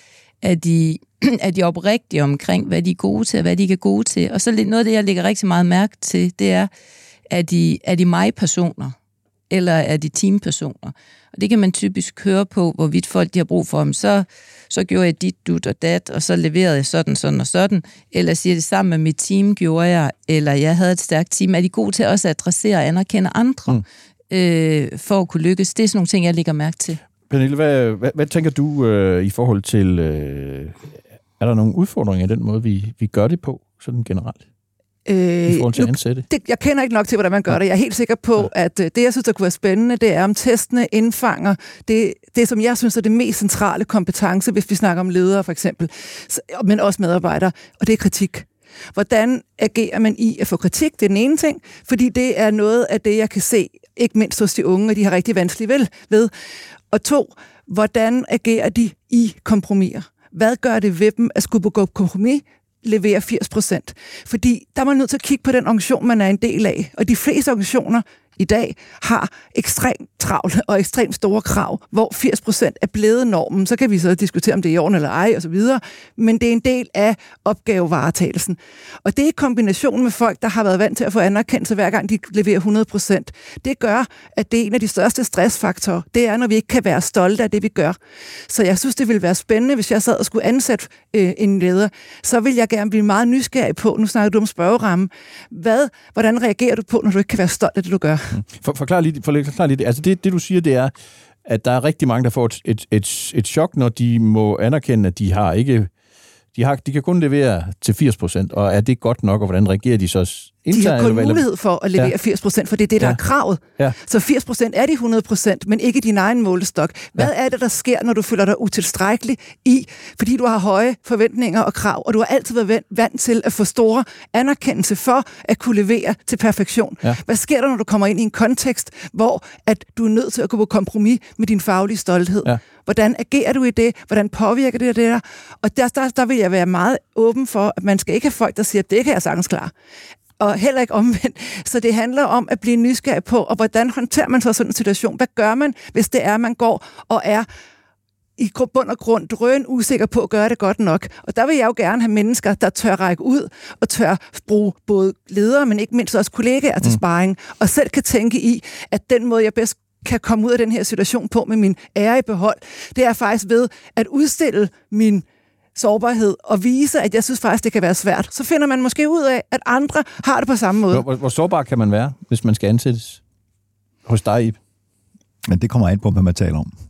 Speaker 2: Er de oprigtige omkring, hvad de er gode til, og hvad de ikke er gode til? Og så noget af det, jeg lægger rigtig meget mærke til, det er de mig-personer, eller er de team-personer? Og det kan man typisk høre på, hvorvidt folk de har brug for dem. Så gjorde jeg dit, dut og dat, og så leverede jeg sådan og sådan. Eller siger det sammen med mit team, gjorde jeg, eller jeg havde et stærkt team. Er de gode til også at adressere og anerkende andre, for at kunne lykkes? Det er sådan nogle ting, jeg lægger mærke til.
Speaker 1: Pernille, hvad tænker du i forhold til... er der nogle udfordringer i den måde, vi gør det på, sådan generelt? I forhold til at ansætte?
Speaker 4: Jeg kender ikke nok til, hvordan man gør det. Jeg er helt sikker på, at det, jeg synes, der kunne være spændende, det er, om testene indfanger det, som jeg synes er det mest centrale kompetence, hvis vi snakker om ledere for eksempel, men også medarbejdere, og det er kritik. Hvordan agerer man i at få kritik? Det er den ene ting, fordi det er noget af det, jeg kan se, ikke mindst hos de unge, og de har rigtig vanskeligt ved. Og 2, hvordan agerer de i kompromiser? Hvad gør det ved dem at skulle gå kompromis? Levere 80%. Fordi der er man nødt til at kigge på den organisation, man er en del af. Og de fleste organisationer i dag har ekstremt travlt og ekstremt store krav, hvor 80% er blevet normen. Så kan vi så diskutere, om det er i orden eller ej, og så videre. Men det er en del af opgavevaretagelsen. Og det er i kombination med folk, der har været vant til at få anerkendelse, hver gang de leverer 100%. Det gør, at det er en af de største stressfaktorer. Det er, når vi ikke kan være stolte af det, vi gør. Så jeg synes, det ville være spændende, hvis jeg sad og skulle ansætte en leder. Så vil jeg gerne blive meget nysgerrig på, nu snakker du om spørgeramme, hvordan reagerer du på, når du ikke kan være stolt af det, du gør?
Speaker 1: Forklar lige det. Altså det, du siger, det er, at der er rigtig mange, der får et chok, når de må anerkende, at de kan kun levere til 80%, og er det godt nok, og hvordan reagerer de så?
Speaker 4: De har kun mulighed for at levere 80%, for det er det, der er kravet.
Speaker 1: Ja.
Speaker 4: Så 80% er de 100%, men ikke din egen målestok. Hvad er det, der sker, når du føler dig utilstrækkelig fordi du har høje forventninger og krav, og du har altid været vant til at få store anerkendelse for at kunne levere til perfektion?
Speaker 1: Ja.
Speaker 4: Hvad sker der, når du kommer ind i en kontekst, hvor at du er nødt til at gå på kompromis med din faglige stolthed? Ja. Hvordan agerer du i det? Hvordan påvirker det der? Og der vil jeg være meget åben for, at man skal ikke have folk, der siger, det kan jeg sagtens klare. Og heller ikke omvendt. Så det handler om at blive nysgerrig på, og hvordan håndterer man så sådan en situation? Hvad gør man, hvis det er, man går og er i bund og grund drøn usikker på at gøre det godt nok? Og der vil jeg jo gerne have mennesker, der tør række ud og tør bruge både ledere, men ikke mindst også kollegaer til sparring, og selv kan tænke i, at den måde, jeg bedst kan komme ud af den her situation på med min ære i behold, det er faktisk ved at udstille min sårbarhed og vise, at jeg synes faktisk, det kan være svært. Så finder man måske ud af, at andre har det på samme måde.
Speaker 1: Hvor sårbar kan man være, hvis man skal ansættes hos dig, Ib?
Speaker 3: Men det kommer an på, hvad man taler om.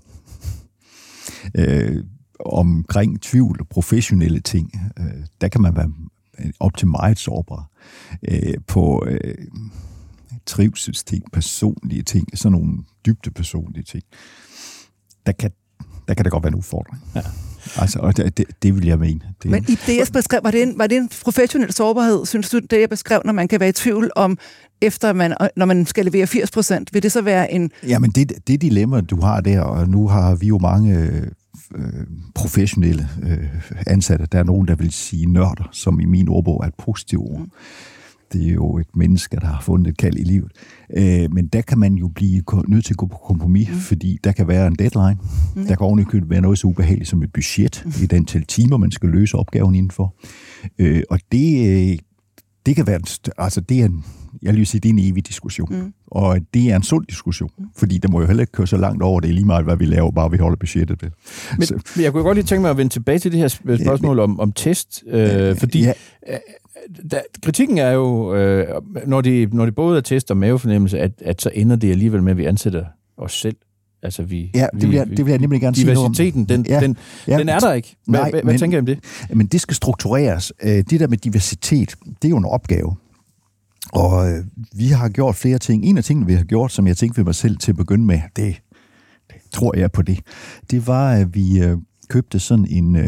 Speaker 3: Omkring tvivl og professionelle ting, der kan man være op til meget sårbar. På trivselsting, personlige ting, sådan nogle dybde personlige ting, der kan det godt være en udfordring. Ja. Altså, og det vil jeg mene.
Speaker 4: Men i det, jeg beskrev, var det en professionel sårbarhed, synes du, det jeg beskrev, når man kan være i tvivl om, når man skal levere 80%, vil det så være en...
Speaker 3: Jamen, det dilemma, du har der, og nu har vi jo mange professionelle ansatte, der er nogen, der vil sige nørder, som i min ordbog er et positivt ord. Det er jo et menneske, der har fundet et kald i livet. Men der kan man jo blive nødt til at gå på kompromis, fordi der kan være en deadline. Der kan ovenikøbet være noget så ubehageligt som et budget i den til timer, man skal løse opgaven indenfor. Og Det kan være, jeg vil sige, det er en evig diskussion. Og det er en sund diskussion, fordi det må jo heller ikke køre så langt over det, lige meget hvad vi laver, bare vi holder budgettet ved.
Speaker 1: Men jeg kunne godt lige tænke mig at vende tilbage til det her spørgsmål om test, fordi kritikken er jo, når det både er test og mavefornemmelse, at så ender det alligevel med, at vi ansætter os selv. Altså det
Speaker 3: vil jeg nemlig gerne sige noget om.
Speaker 1: Diversiteten, den er der ikke. Hvad tænker I om det?
Speaker 3: Men det skal struktureres. Det der med diversitet, det er jo en opgave. Og vi har gjort flere ting. En af tingene, vi har gjort, som jeg tænkte ved mig selv til at begynde med, det tror jeg på det, det var, at vi købte sådan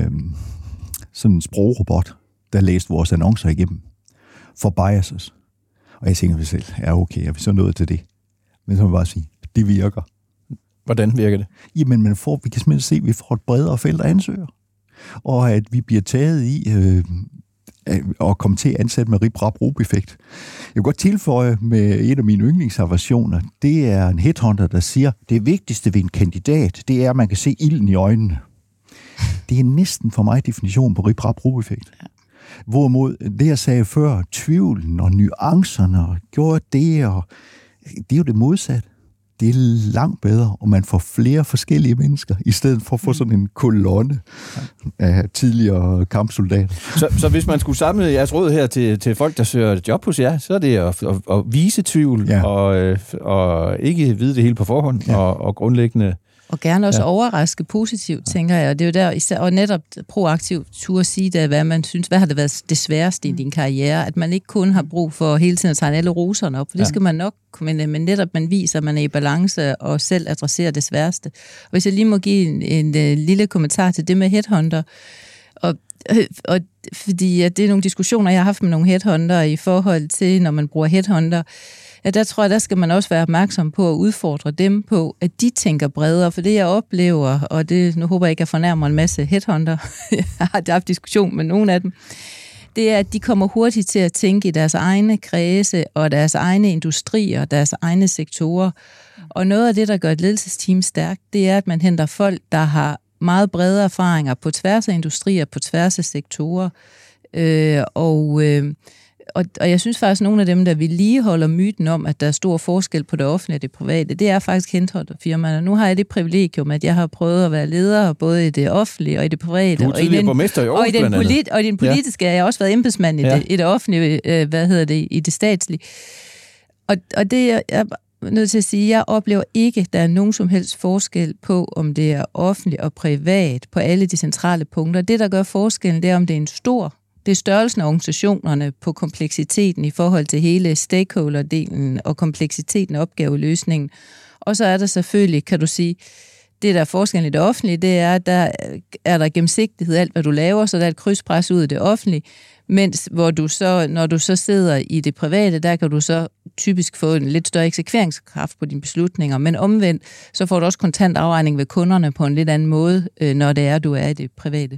Speaker 3: en sprogrobot, der læste vores annoncer igennem for biases. Og jeg tænkte ved selv, okay, er vi så nået til det? Men så må jeg bare sige, det virker.
Speaker 1: Hvordan virker det?
Speaker 3: Jamen, vi kan simpelthen se, at vi får et bredere felt af ansøgere. Og at vi bliver taget i at komme til at ansætte med rip-rap-rup-effekt. Jeg vil godt tilføje med en af mine yndlingsaversioner. Det er en headhunter, der siger, det vigtigste ved en kandidat, det er, at man kan se ilden i øjnene. Det er næsten for mig definition på rip-rap-rup-effekt. Ja. Hvorimod det, jeg sagde før, tvivlen og nuancerne og gjorde det, og det er jo det modsatte. Det er langt bedre, og man får flere forskellige mennesker, i stedet for at få sådan en kolonne af tidligere kampsoldater.
Speaker 1: Så hvis man skulle samle jeres råd her til folk, der søger et job hos jer, så er det at vise tvivl, og ikke vide det hele på forhånd, og grundlæggende...
Speaker 2: Og gerne også overraske positivt, tænker jeg. Og det er jo der, især, og netop proaktivt turde sige, hvad man synes, hvad har det været det sværeste i din karriere, at man ikke kun har brug for hele tiden at tegne alle roserne op, for det skal man nok, men netop man viser, at man er i balance og selv adresserer det sværeste. Og hvis jeg lige må give en lille kommentar til det med headhunter, og fordi at det er nogle diskussioner, jeg har haft med nogle headhunter i forhold til, når man bruger headhunter, ja, der tror jeg, der skal man også være opmærksom på at udfordre dem på, at de tænker bredere, for det jeg oplever, og det, nu håber jeg ikke, at jeg fornærmer en masse headhunter, jeg har haft diskussion med nogle af dem, det er, at de kommer hurtigt til at tænke i deres egne kredse, og deres egne industrier, deres egne sektorer. Og noget af det, der gør et ledelsesteam stærkt, det er, at man henter folk, der har meget brede erfaringer på tværs af industrier, på tværs af sektorer, og jeg synes faktisk, at nogle af dem, der vedligeholder myten om, at der er stor forskel på det offentlige og det private, det er faktisk headhunterfirmaerne. Nu har jeg det privilegium, at jeg har prøvet at være leder både i det offentlige og i det private.
Speaker 1: Du er tidligere borgmester i Aarhus,
Speaker 2: og i den politiske har jeg også været embedsmand i det offentlige, i det statslige. Og det jeg er nødt til at sige, jeg oplever ikke, at der er nogen som helst forskel på, om det er offentligt og privat på alle de centrale punkter. Det, der gør forskellen, det er, om det er det er størrelsen af organisationerne på kompleksiteten i forhold til hele stakeholder-delen og kompleksiteten af opgaveløsningen. Og så er der selvfølgelig, kan du sige, det der er forskellen i det offentlige, det er, at der er der gennemsigtighed alt, hvad du laver, så der er et krydspres ud i det offentlige, mens når du så sidder i det private, der kan du så typisk få en lidt større eksekveringskraft på dine beslutninger, men omvendt, så får du også kontant afregning ved kunderne på en lidt anden måde, når det er, du er i det private.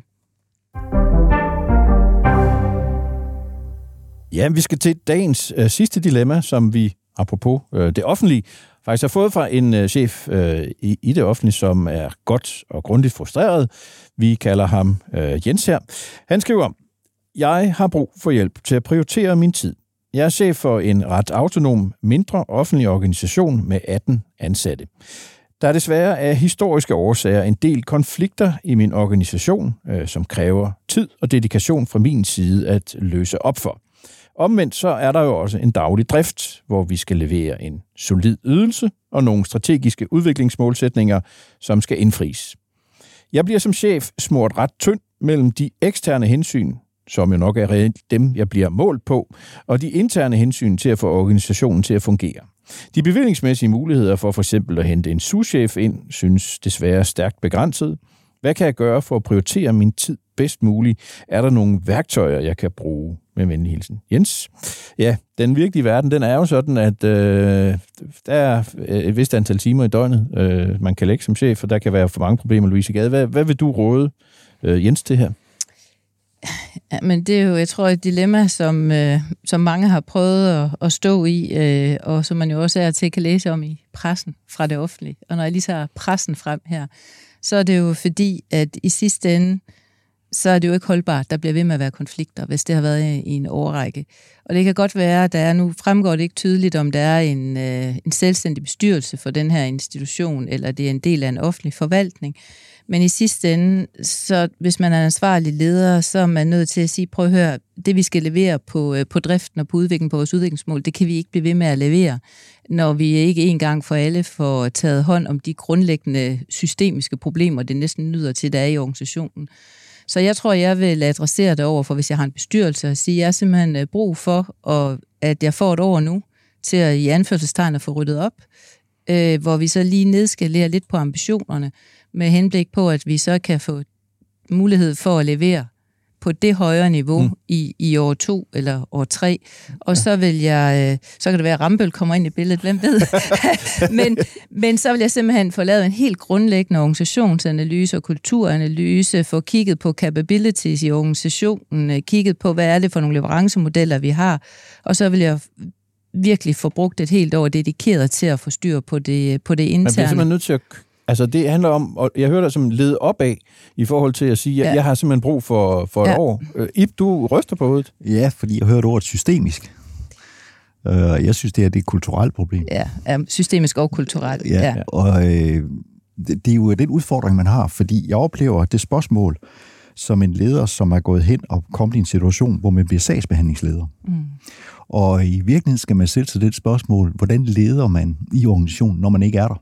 Speaker 1: Ja, vi skal til dagens sidste dilemma, som vi, apropos det offentlige, faktisk har fået fra en chef i det offentlige, som er godt og grundigt frustreret. Vi kalder ham Jens her. Han skriver, jeg har brug for hjælp til at prioritere min tid. Jeg er chef for en ret autonom, mindre offentlig organisation med 18 ansatte. Der er desværre af historiske årsager en del konflikter i min organisation, som kræver tid og dedikation fra min side at løse op for. Omvendt så er der jo også en daglig drift, hvor vi skal levere en solid ydelse og nogle strategiske udviklingsmålsætninger, som skal indfries. Jeg bliver som chef smurt ret tynd mellem de eksterne hensyn, som jo nok er reelt dem, jeg bliver målt på, og de interne hensyn til at få organisationen til at fungere. De bevillingsmæssige muligheder for eksempel at hente en souschef ind, synes desværre stærkt begrænset. Hvad kan jeg gøre for at prioritere min tid bedst muligt? Er der nogle værktøjer, jeg kan bruge? Med venlig hilsen. Jens? Ja, den virkelige verden, den er jo sådan, at der er et vist antal timer i døgnet, man kan lægge som chef, og der kan være for mange problemer, Louise Gade. Hvad vil du råde Jens til her?
Speaker 2: Ja, men det er jo, jeg tror, et dilemma, som mange har prøvet at stå i, og som man jo også er til kan læse om i pressen fra det offentlige. Og når jeg lige tager pressen frem her, så er det jo fordi, at i sidste ende, så er det jo ikke holdbart. Der bliver ved med at være konflikter, hvis det har været i en årrække. Og det kan godt være, at nu fremgår det ikke tydeligt, om der er en selvstændig bestyrelse for den her institution, eller det er en del af en offentlig forvaltning. Men i sidste ende, så hvis man er ansvarlig leder, så er man nødt til at sige, prøv at høre, det vi skal levere på driften og på udviklingen på vores udviklingsmål, det kan vi ikke blive ved med at levere, når vi ikke engang for alle får taget hånd om de grundlæggende systemiske problemer, det næsten nyder til, der er i organisationen. Så jeg tror, jeg vil adressere det over for, hvis jeg har en bestyrelse, og sige, at jeg har simpelthen brug for, at jeg får et år nu, til at i anførselstegn at få ryddet op, hvor vi så lige nedskalerer lidt på ambitionerne, med henblik på, at vi så kan få mulighed for at levere på det højere niveau i år 2 eller år 3. Og så vil jeg, så kan det være, at Rambøll kommer ind i billedet, hvem ved. men så vil jeg simpelthen få lavet en helt grundlæggende organisationsanalyse og kulturanalyse, få kigget på capabilities i organisationen, kigget på, hvad er det for nogle leverancemodeller, vi har, og så vil jeg virkelig få brugt et helt år dedikeret til at få styr på det interne. Man
Speaker 1: bliver simpelthen nødt til at... Altså, det handler om, og jeg hører dig som led opad, i forhold til at sige, at jeg har simpelthen brug for et år. Ib, du ryster på hovedet. Ja,
Speaker 3: fordi jeg hørte ordet systemisk. Jeg synes, det er et kulturelt problem.
Speaker 2: Ja, systemisk og kulturelt.
Speaker 3: Ja. Og det er jo den udfordring, man har, fordi jeg oplever det spørgsmål som en leder, som er gået hen og kommet i en situation, hvor man bliver sagsbehandlingsleder. Og i virkeligheden skal man stille sig det spørgsmål, hvordan leder man i organisationen, når man ikke er der?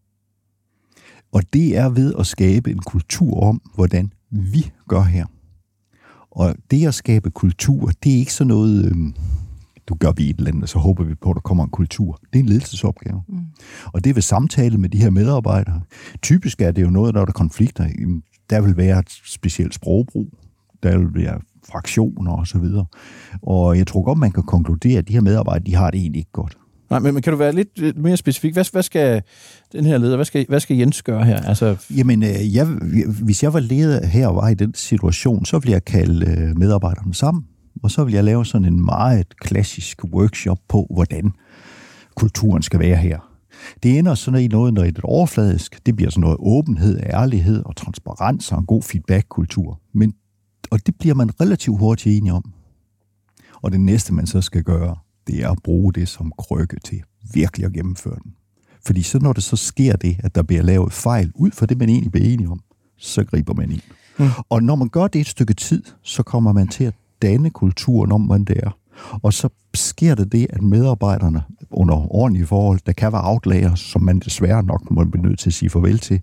Speaker 3: Og det er ved at skabe en kultur om, hvordan vi gør her. Og det at skabe kultur, det er ikke sådan noget, du gør vi i et eller andet, så håber vi på, at der kommer en kultur. Det er en ledelsesopgave. Og det er ved samtale med de her medarbejdere. Typisk er det jo noget, når der er konflikter. Der vil være et specielt sprogbrug. Der vil være fraktioner osv. Og jeg tror godt, man kan konkludere, at de her medarbejdere, de har det egentlig ikke godt.
Speaker 1: Nej, men kan du være lidt mere specifik? Hvad skal den her leder, hvad skal Jens gøre her? Altså...
Speaker 3: Jamen, hvis jeg var leder her og var i den situation, så ville jeg kalde medarbejderne sammen, og så ville jeg lave sådan en meget klassisk workshop på, hvordan kulturen skal være her. Det ender sådan i noget, når det er overfladisk. Det bliver sådan noget åbenhed, ærlighed og transparens og en god feedback-kultur. Og det bliver man relativt hurtigt enige om. Og det næste, man så skal gøre, det er at bruge det som krykke til virkelig at gennemføre den. Fordi så når det så sker det, at der bliver lavet fejl ud for det, man egentlig bliver enige om, så griber man ind. Og når man gør det et stykke tid, så kommer man til at danne kulturen om, hvordan det er. Og så sker det, at medarbejderne under ordentlige forhold, der kan være outlayer, som man desværre nok må blive nødt til at sige farvel til,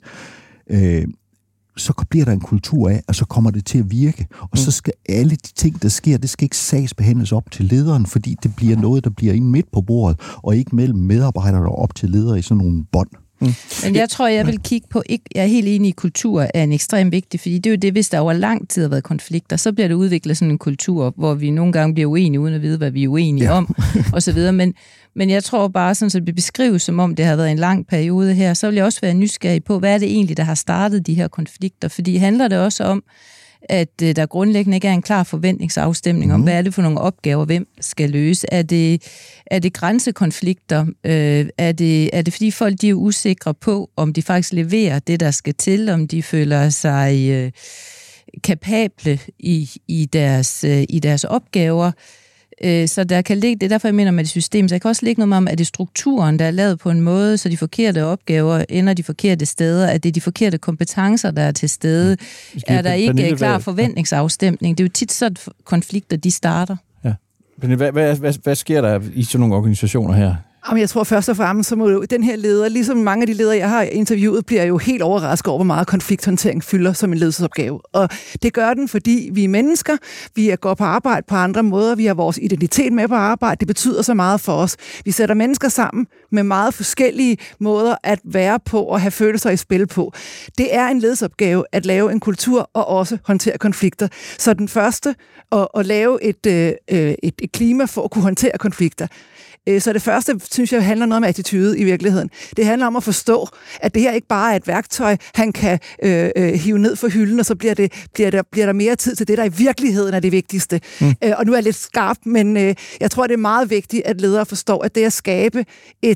Speaker 3: så bliver der en kultur af, og så kommer det til at virke. Og så skal alle de ting, der sker, det skal ikke sagsbehandles op til lederen, fordi det bliver noget, der bliver inde midt på bordet, og ikke mellem medarbejdere og op til ledere i sådan nogle bånd.
Speaker 2: Men jeg tror, jeg vil kigge på, jeg er helt enig i, kultur er en ekstremt vigtig, fordi det er jo det, hvis der over lang tid har været konflikter, så bliver det udviklet sådan en kultur, hvor vi nogle gange bliver uenige, uden at vide, hvad vi er uenige om, og så videre. Men jeg tror bare, sådan, så det beskrives som om, det har været en lang periode her, så vil jeg også være nysgerrig på, hvad er det egentlig, der har startet de her konflikter? Fordi handler det også om, at der grundlæggende ikke er en klar forventningsafstemning om, hvad er det for nogle opgaver, hvem skal løse? Er det grænsekonflikter? Er det fordi folk de er usikre på, om de faktisk leverer det, der skal til, om de føler sig kapable i deres opgaver? Så der kan ligge, det er derfor, jeg mener med det system, så jeg kan også ligge noget om, at det er strukturen, der er lavet på en måde, så de forkerte opgaver ender de forkerte steder, at det er de forkerte kompetencer, der er til stede. Er der ikke klar forventningsafstemning? Det er jo tit sådan, konflikter, de starter.
Speaker 1: Ja. Hvad sker der i sådan nogle organisationer her?
Speaker 4: Jamen, jeg tror først og fremmest, så må den her leder, ligesom mange af de ledere, jeg har interviewet, bliver jo helt overrasket over, hvor meget konflikthåndtering fylder som en ledelsesopgave. Og det gør den, fordi vi er mennesker, vi går på arbejde på andre måder, vi har vores identitet med på arbejde, det betyder så meget for os. Vi sætter mennesker sammen med meget forskellige måder at være på og have følelser i spil på. Det er en ledelsesopgave at lave en kultur og også håndtere konflikter. Så den første, at lave et klima for at kunne håndtere konflikter. Så det første, synes jeg, handler noget om attitude i virkeligheden. Det handler om at forstå, at det her ikke bare er et værktøj, han kan hive ned for hylden, og så bliver der mere tid til det, der i virkeligheden er det vigtigste. Og nu er jeg lidt skarp, men jeg tror, det er meget vigtigt, at ledere forstår, at det at skabe et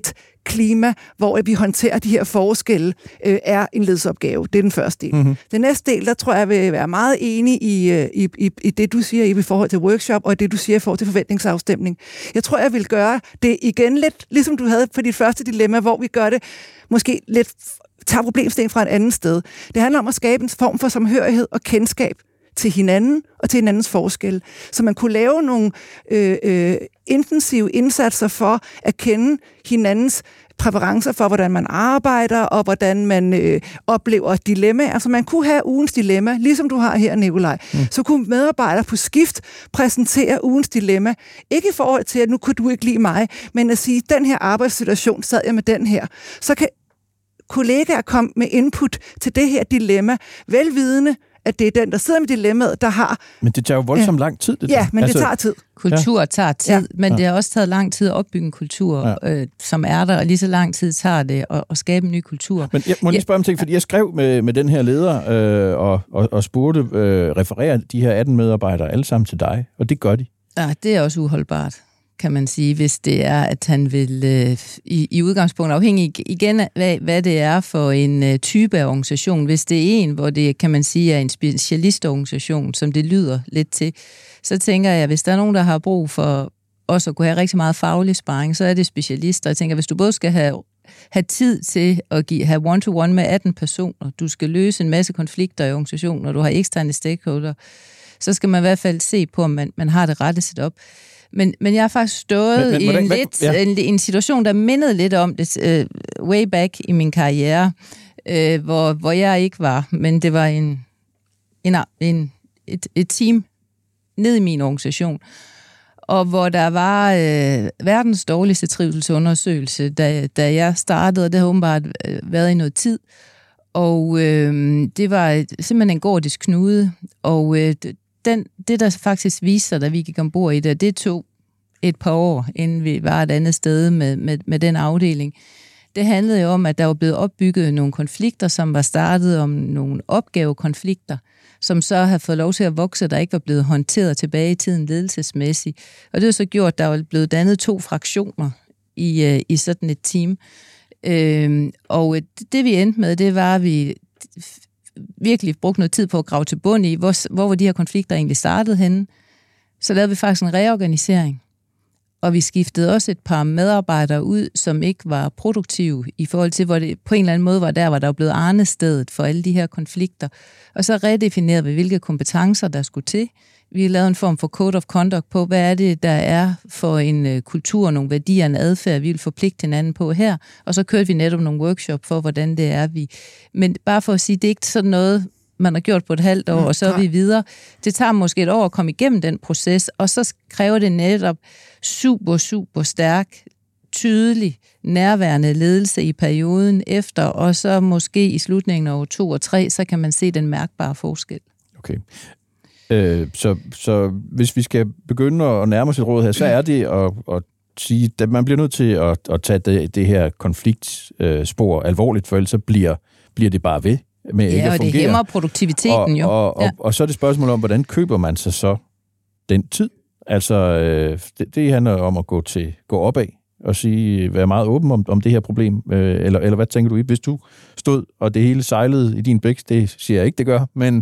Speaker 4: klima, hvor vi håndterer de her forskelle, er en ledelsesopgave. Det er den første del. Mm-hmm. Den næste del, der tror jeg vil være meget enig i det, du siger i forhold til workshop, og det, du siger i forhold til forventningsafstemning. Jeg tror, jeg vil gøre det igen lidt, ligesom du havde på dit første dilemma, hvor vi gør det måske lidt, tager problemstilling fra et andet sted. Det handler om at skabe en form for samhørighed og kendskab til hinanden og til hinandens forskel. Så man kunne lave nogle intensive indsatser for at kende hinandens præferencer for, hvordan man arbejder, og hvordan man oplever dilemmaer. Altså man kunne have ugens dilemma, ligesom du har her, Nikolaj. Så kunne medarbejdere på skift præsentere ugens dilemma. Ikke i forhold til, at nu kunne du ikke lide mig, men at sige, den her arbejdssituation sad jeg med den her. Så kan kollegaer komme med input til det her dilemma, velvidende, at det er den, der sidder med dilemmaet, der har...
Speaker 1: Men det tager jo voldsomt lang tid. Det
Speaker 4: men det tager tid.
Speaker 2: Kultur tager tid, men det har også taget lang tid at opbygge en kultur, som er der, og lige så lang tid tager det at skabe en ny kultur.
Speaker 1: Men jeg må lige spørge om ting, fordi jeg skrev med den her leder og spurgte, refererer de her 18 medarbejdere alle sammen til dig, og det gør de.
Speaker 2: Ja, det er også uholdbart, kan man sige, hvis det er, at han vil i udgangspunkt afhængig igen af, hvad det er for en type af organisation. Hvis det er en, hvor det, kan man sige, er en specialistorganisation, som det lyder lidt til, så tænker jeg, hvis der er nogen, der har brug for også at kunne have rigtig meget faglig sparring, så er det specialister. Jeg tænker, hvis du både skal have tid til at have one-to-one med 18 personer, du skal løse en masse konflikter i organisationen, og du har eksterne stakeholder, så skal man i hvert fald se på, om man har det rette setup. Men jeg har faktisk stået i en situation, der mindede lidt om det way back i min karriere, hvor jeg ikke var, men det var et team ned i min organisation, og hvor der var verdens dårligste trivselsundersøgelse, da jeg startede, og det har åbenbart været i noget tid. Og det var simpelthen en gordisk knude, og det, der faktisk viste sig, da vi gik ombord i det tog et par år, inden vi var et andet sted med den afdeling. Det handlede jo om, at der var blevet opbygget nogle konflikter, som var startet om nogle opgavekonflikter, som så havde fået lov til at vokse, der ikke var blevet håndteret tilbage i tiden ledelsesmæssigt. Og det har så gjort, at der var blevet dannet 2 fraktioner i sådan et team. Og det vi endte med, det var, at vi virkelig brugte noget tid på at grave til bund i, hvor de her konflikter egentlig startede henne. Så lavede vi faktisk en reorganisering. Og vi skiftede også et par medarbejdere ud, som ikke var produktive i forhold til, hvor det på en eller anden måde var der var blevet arnestedet for alle de her konflikter. Og så redefinerede vi, hvilke kompetencer der skulle til. Vi lavede en form for code of conduct på, hvad er det, der er for en kultur, nogle værdier, en adfærd, vi vil forpligte hinanden på her. Og så kørte vi netop nogle workshop for, hvordan det er vi. Men bare for at sige, det er ikke sådan noget, man har gjort på et halvt år, og så er vi videre. Det tager måske et år at komme igennem den proces, og så kræver det netop super stærk, tydelig, nærværende ledelse i perioden efter, og så måske i slutningen af år 2 og 3, så kan man se den mærkbare forskel.
Speaker 1: Okay. Så hvis vi skal begynde at nærme os et råd her, så er det at sige, at man bliver nødt til at tage det her konfliktspor alvorligt, for ellers så bliver det bare ved med ikke at fungere.
Speaker 2: Ja, og det hæmmer produktiviteten jo.
Speaker 1: Og så er det spørgsmål om, hvordan køber man sig så den tid? Altså, det handler om at gå opad og være meget åben om det her problem. Eller hvad tænker du i, hvis du stod, og det hele sejlede i din bæk? Det siger jeg ikke, det gør. Men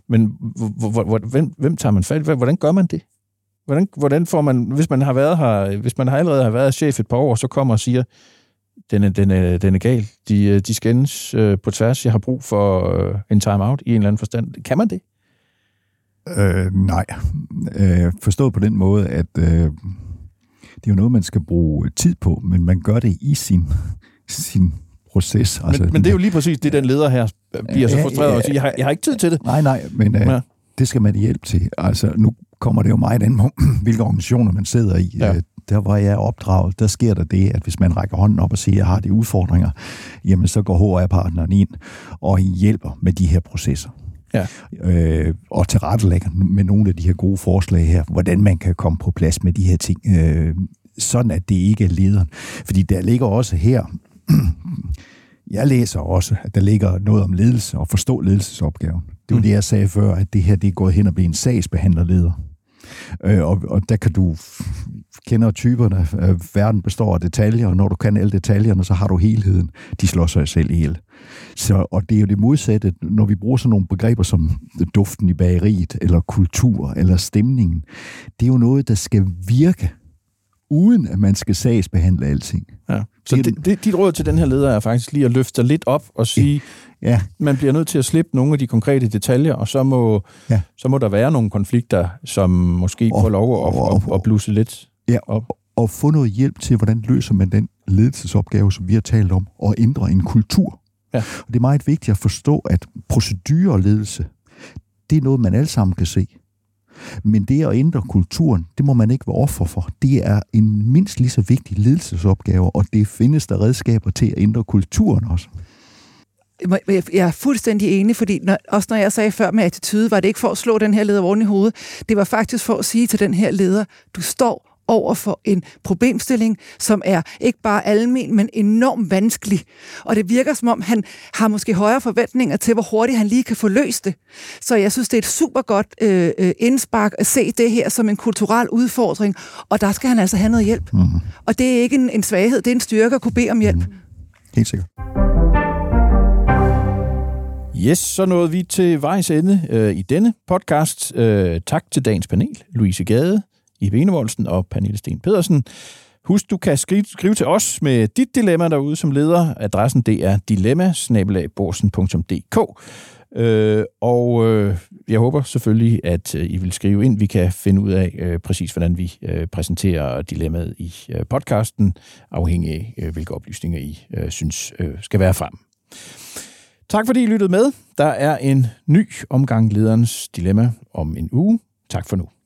Speaker 1: hvem tager man fat? Hvordan gør man det? Hvordan får man, hvis man allerede har været chef et par år, så kommer og siger, den er gal. De skændes på tværs. Jeg har brug for en time-out i en eller anden forstand. Kan man det?
Speaker 3: Nej. Forstået på den måde, at det er jo noget, man skal bruge tid på, men man gør det i sin proces. Altså,
Speaker 1: men det er jo lige præcis det, den leder her bliver så frustreret og siger, jeg har ikke tid til det.
Speaker 3: Nej, men det skal man hjælpe til. Altså, nu kommer det jo meget an på, hvilke organisationer man sidder i. Ja. Der, hvor jeg er opdraget, der sker der det, at hvis man rækker hånden op og siger, at jeg har de udfordringer, jamen så går HR-partneren ind og hjælper med de her processer. Ja. Og tilrettelægger med nogle af de her gode forslag her, hvordan man kan komme på plads med de her ting, sådan at det ikke er lederen. Fordi der ligger også her, jeg læser også, at der ligger noget om ledelse og forstå ledelsesopgaven. Det var det, jeg sagde før, at det her det er gået hen og bliver en sagsbehandlerleder. Og der kan du kender typerne. Verden består af detaljer, og når du kan alle detaljerne, så har du helheden. De slår sig selv ihjel. Og det er jo det modsatte, når vi bruger sådan nogle begreber som duften i bageriet, eller kultur, eller stemningen. Det er jo noget, der skal virke, uden at man skal sagsbehandle alting.
Speaker 1: Ja. Så dit råd til den her leder er faktisk lige at løfte sig lidt op og sige, man bliver nødt til at slippe nogle af de konkrete detaljer, og så må der være nogle konflikter, som måske får lov at blusse lidt op.
Speaker 3: Og få noget hjælp til, hvordan løser man den ledelsesopgave, som vi har talt om, og ændre en kultur. Ja. Og det er meget vigtigt at forstå, at procedure og ledelse, det er noget, man alle sammen kan se. Men det at ændre kulturen, det må man ikke være offer for. Det er en mindst lige så vigtig ledelsesopgave, og det findes der redskaber til at ændre kulturen også.
Speaker 4: Jeg er fuldstændig enig, fordi når jeg sagde før med attitude, var det ikke for at slå den her leder oven i hovedet. Det var faktisk for at sige til den her leder, du står over for en problemstilling, som er ikke bare almen, men enormt vanskelig. Og det virker som om, han har måske højere forventninger til, hvor hurtigt han lige kan få løst det. Så jeg synes, det er et super godt indspark at se det her som en kulturel udfordring, og der skal han altså have noget hjælp. Mm-hmm. Og det er ikke en svaghed, det er en styrke at kunne bede om hjælp. Mm-hmm.
Speaker 3: Helt sikkert.
Speaker 1: Yes, så nåede vi til vejs ende i denne podcast. Tak til dagens panel, Louise Gade, Ibe Enevoldsen og Pernille Sten Pedersen. Husk, du kan skrive til os med dit dilemma derude som leder. Adressen det er dilemma@borsen.dk. Jeg håber selvfølgelig, at I vil skrive ind. Vi kan finde ud af præcis, hvordan vi præsenterer dilemmaet i podcasten, afhængig af, hvilke oplysninger I synes skal være frem. Tak fordi I lyttede med. Der er en ny omgang Lederens Dilemma om en uge. Tak for nu.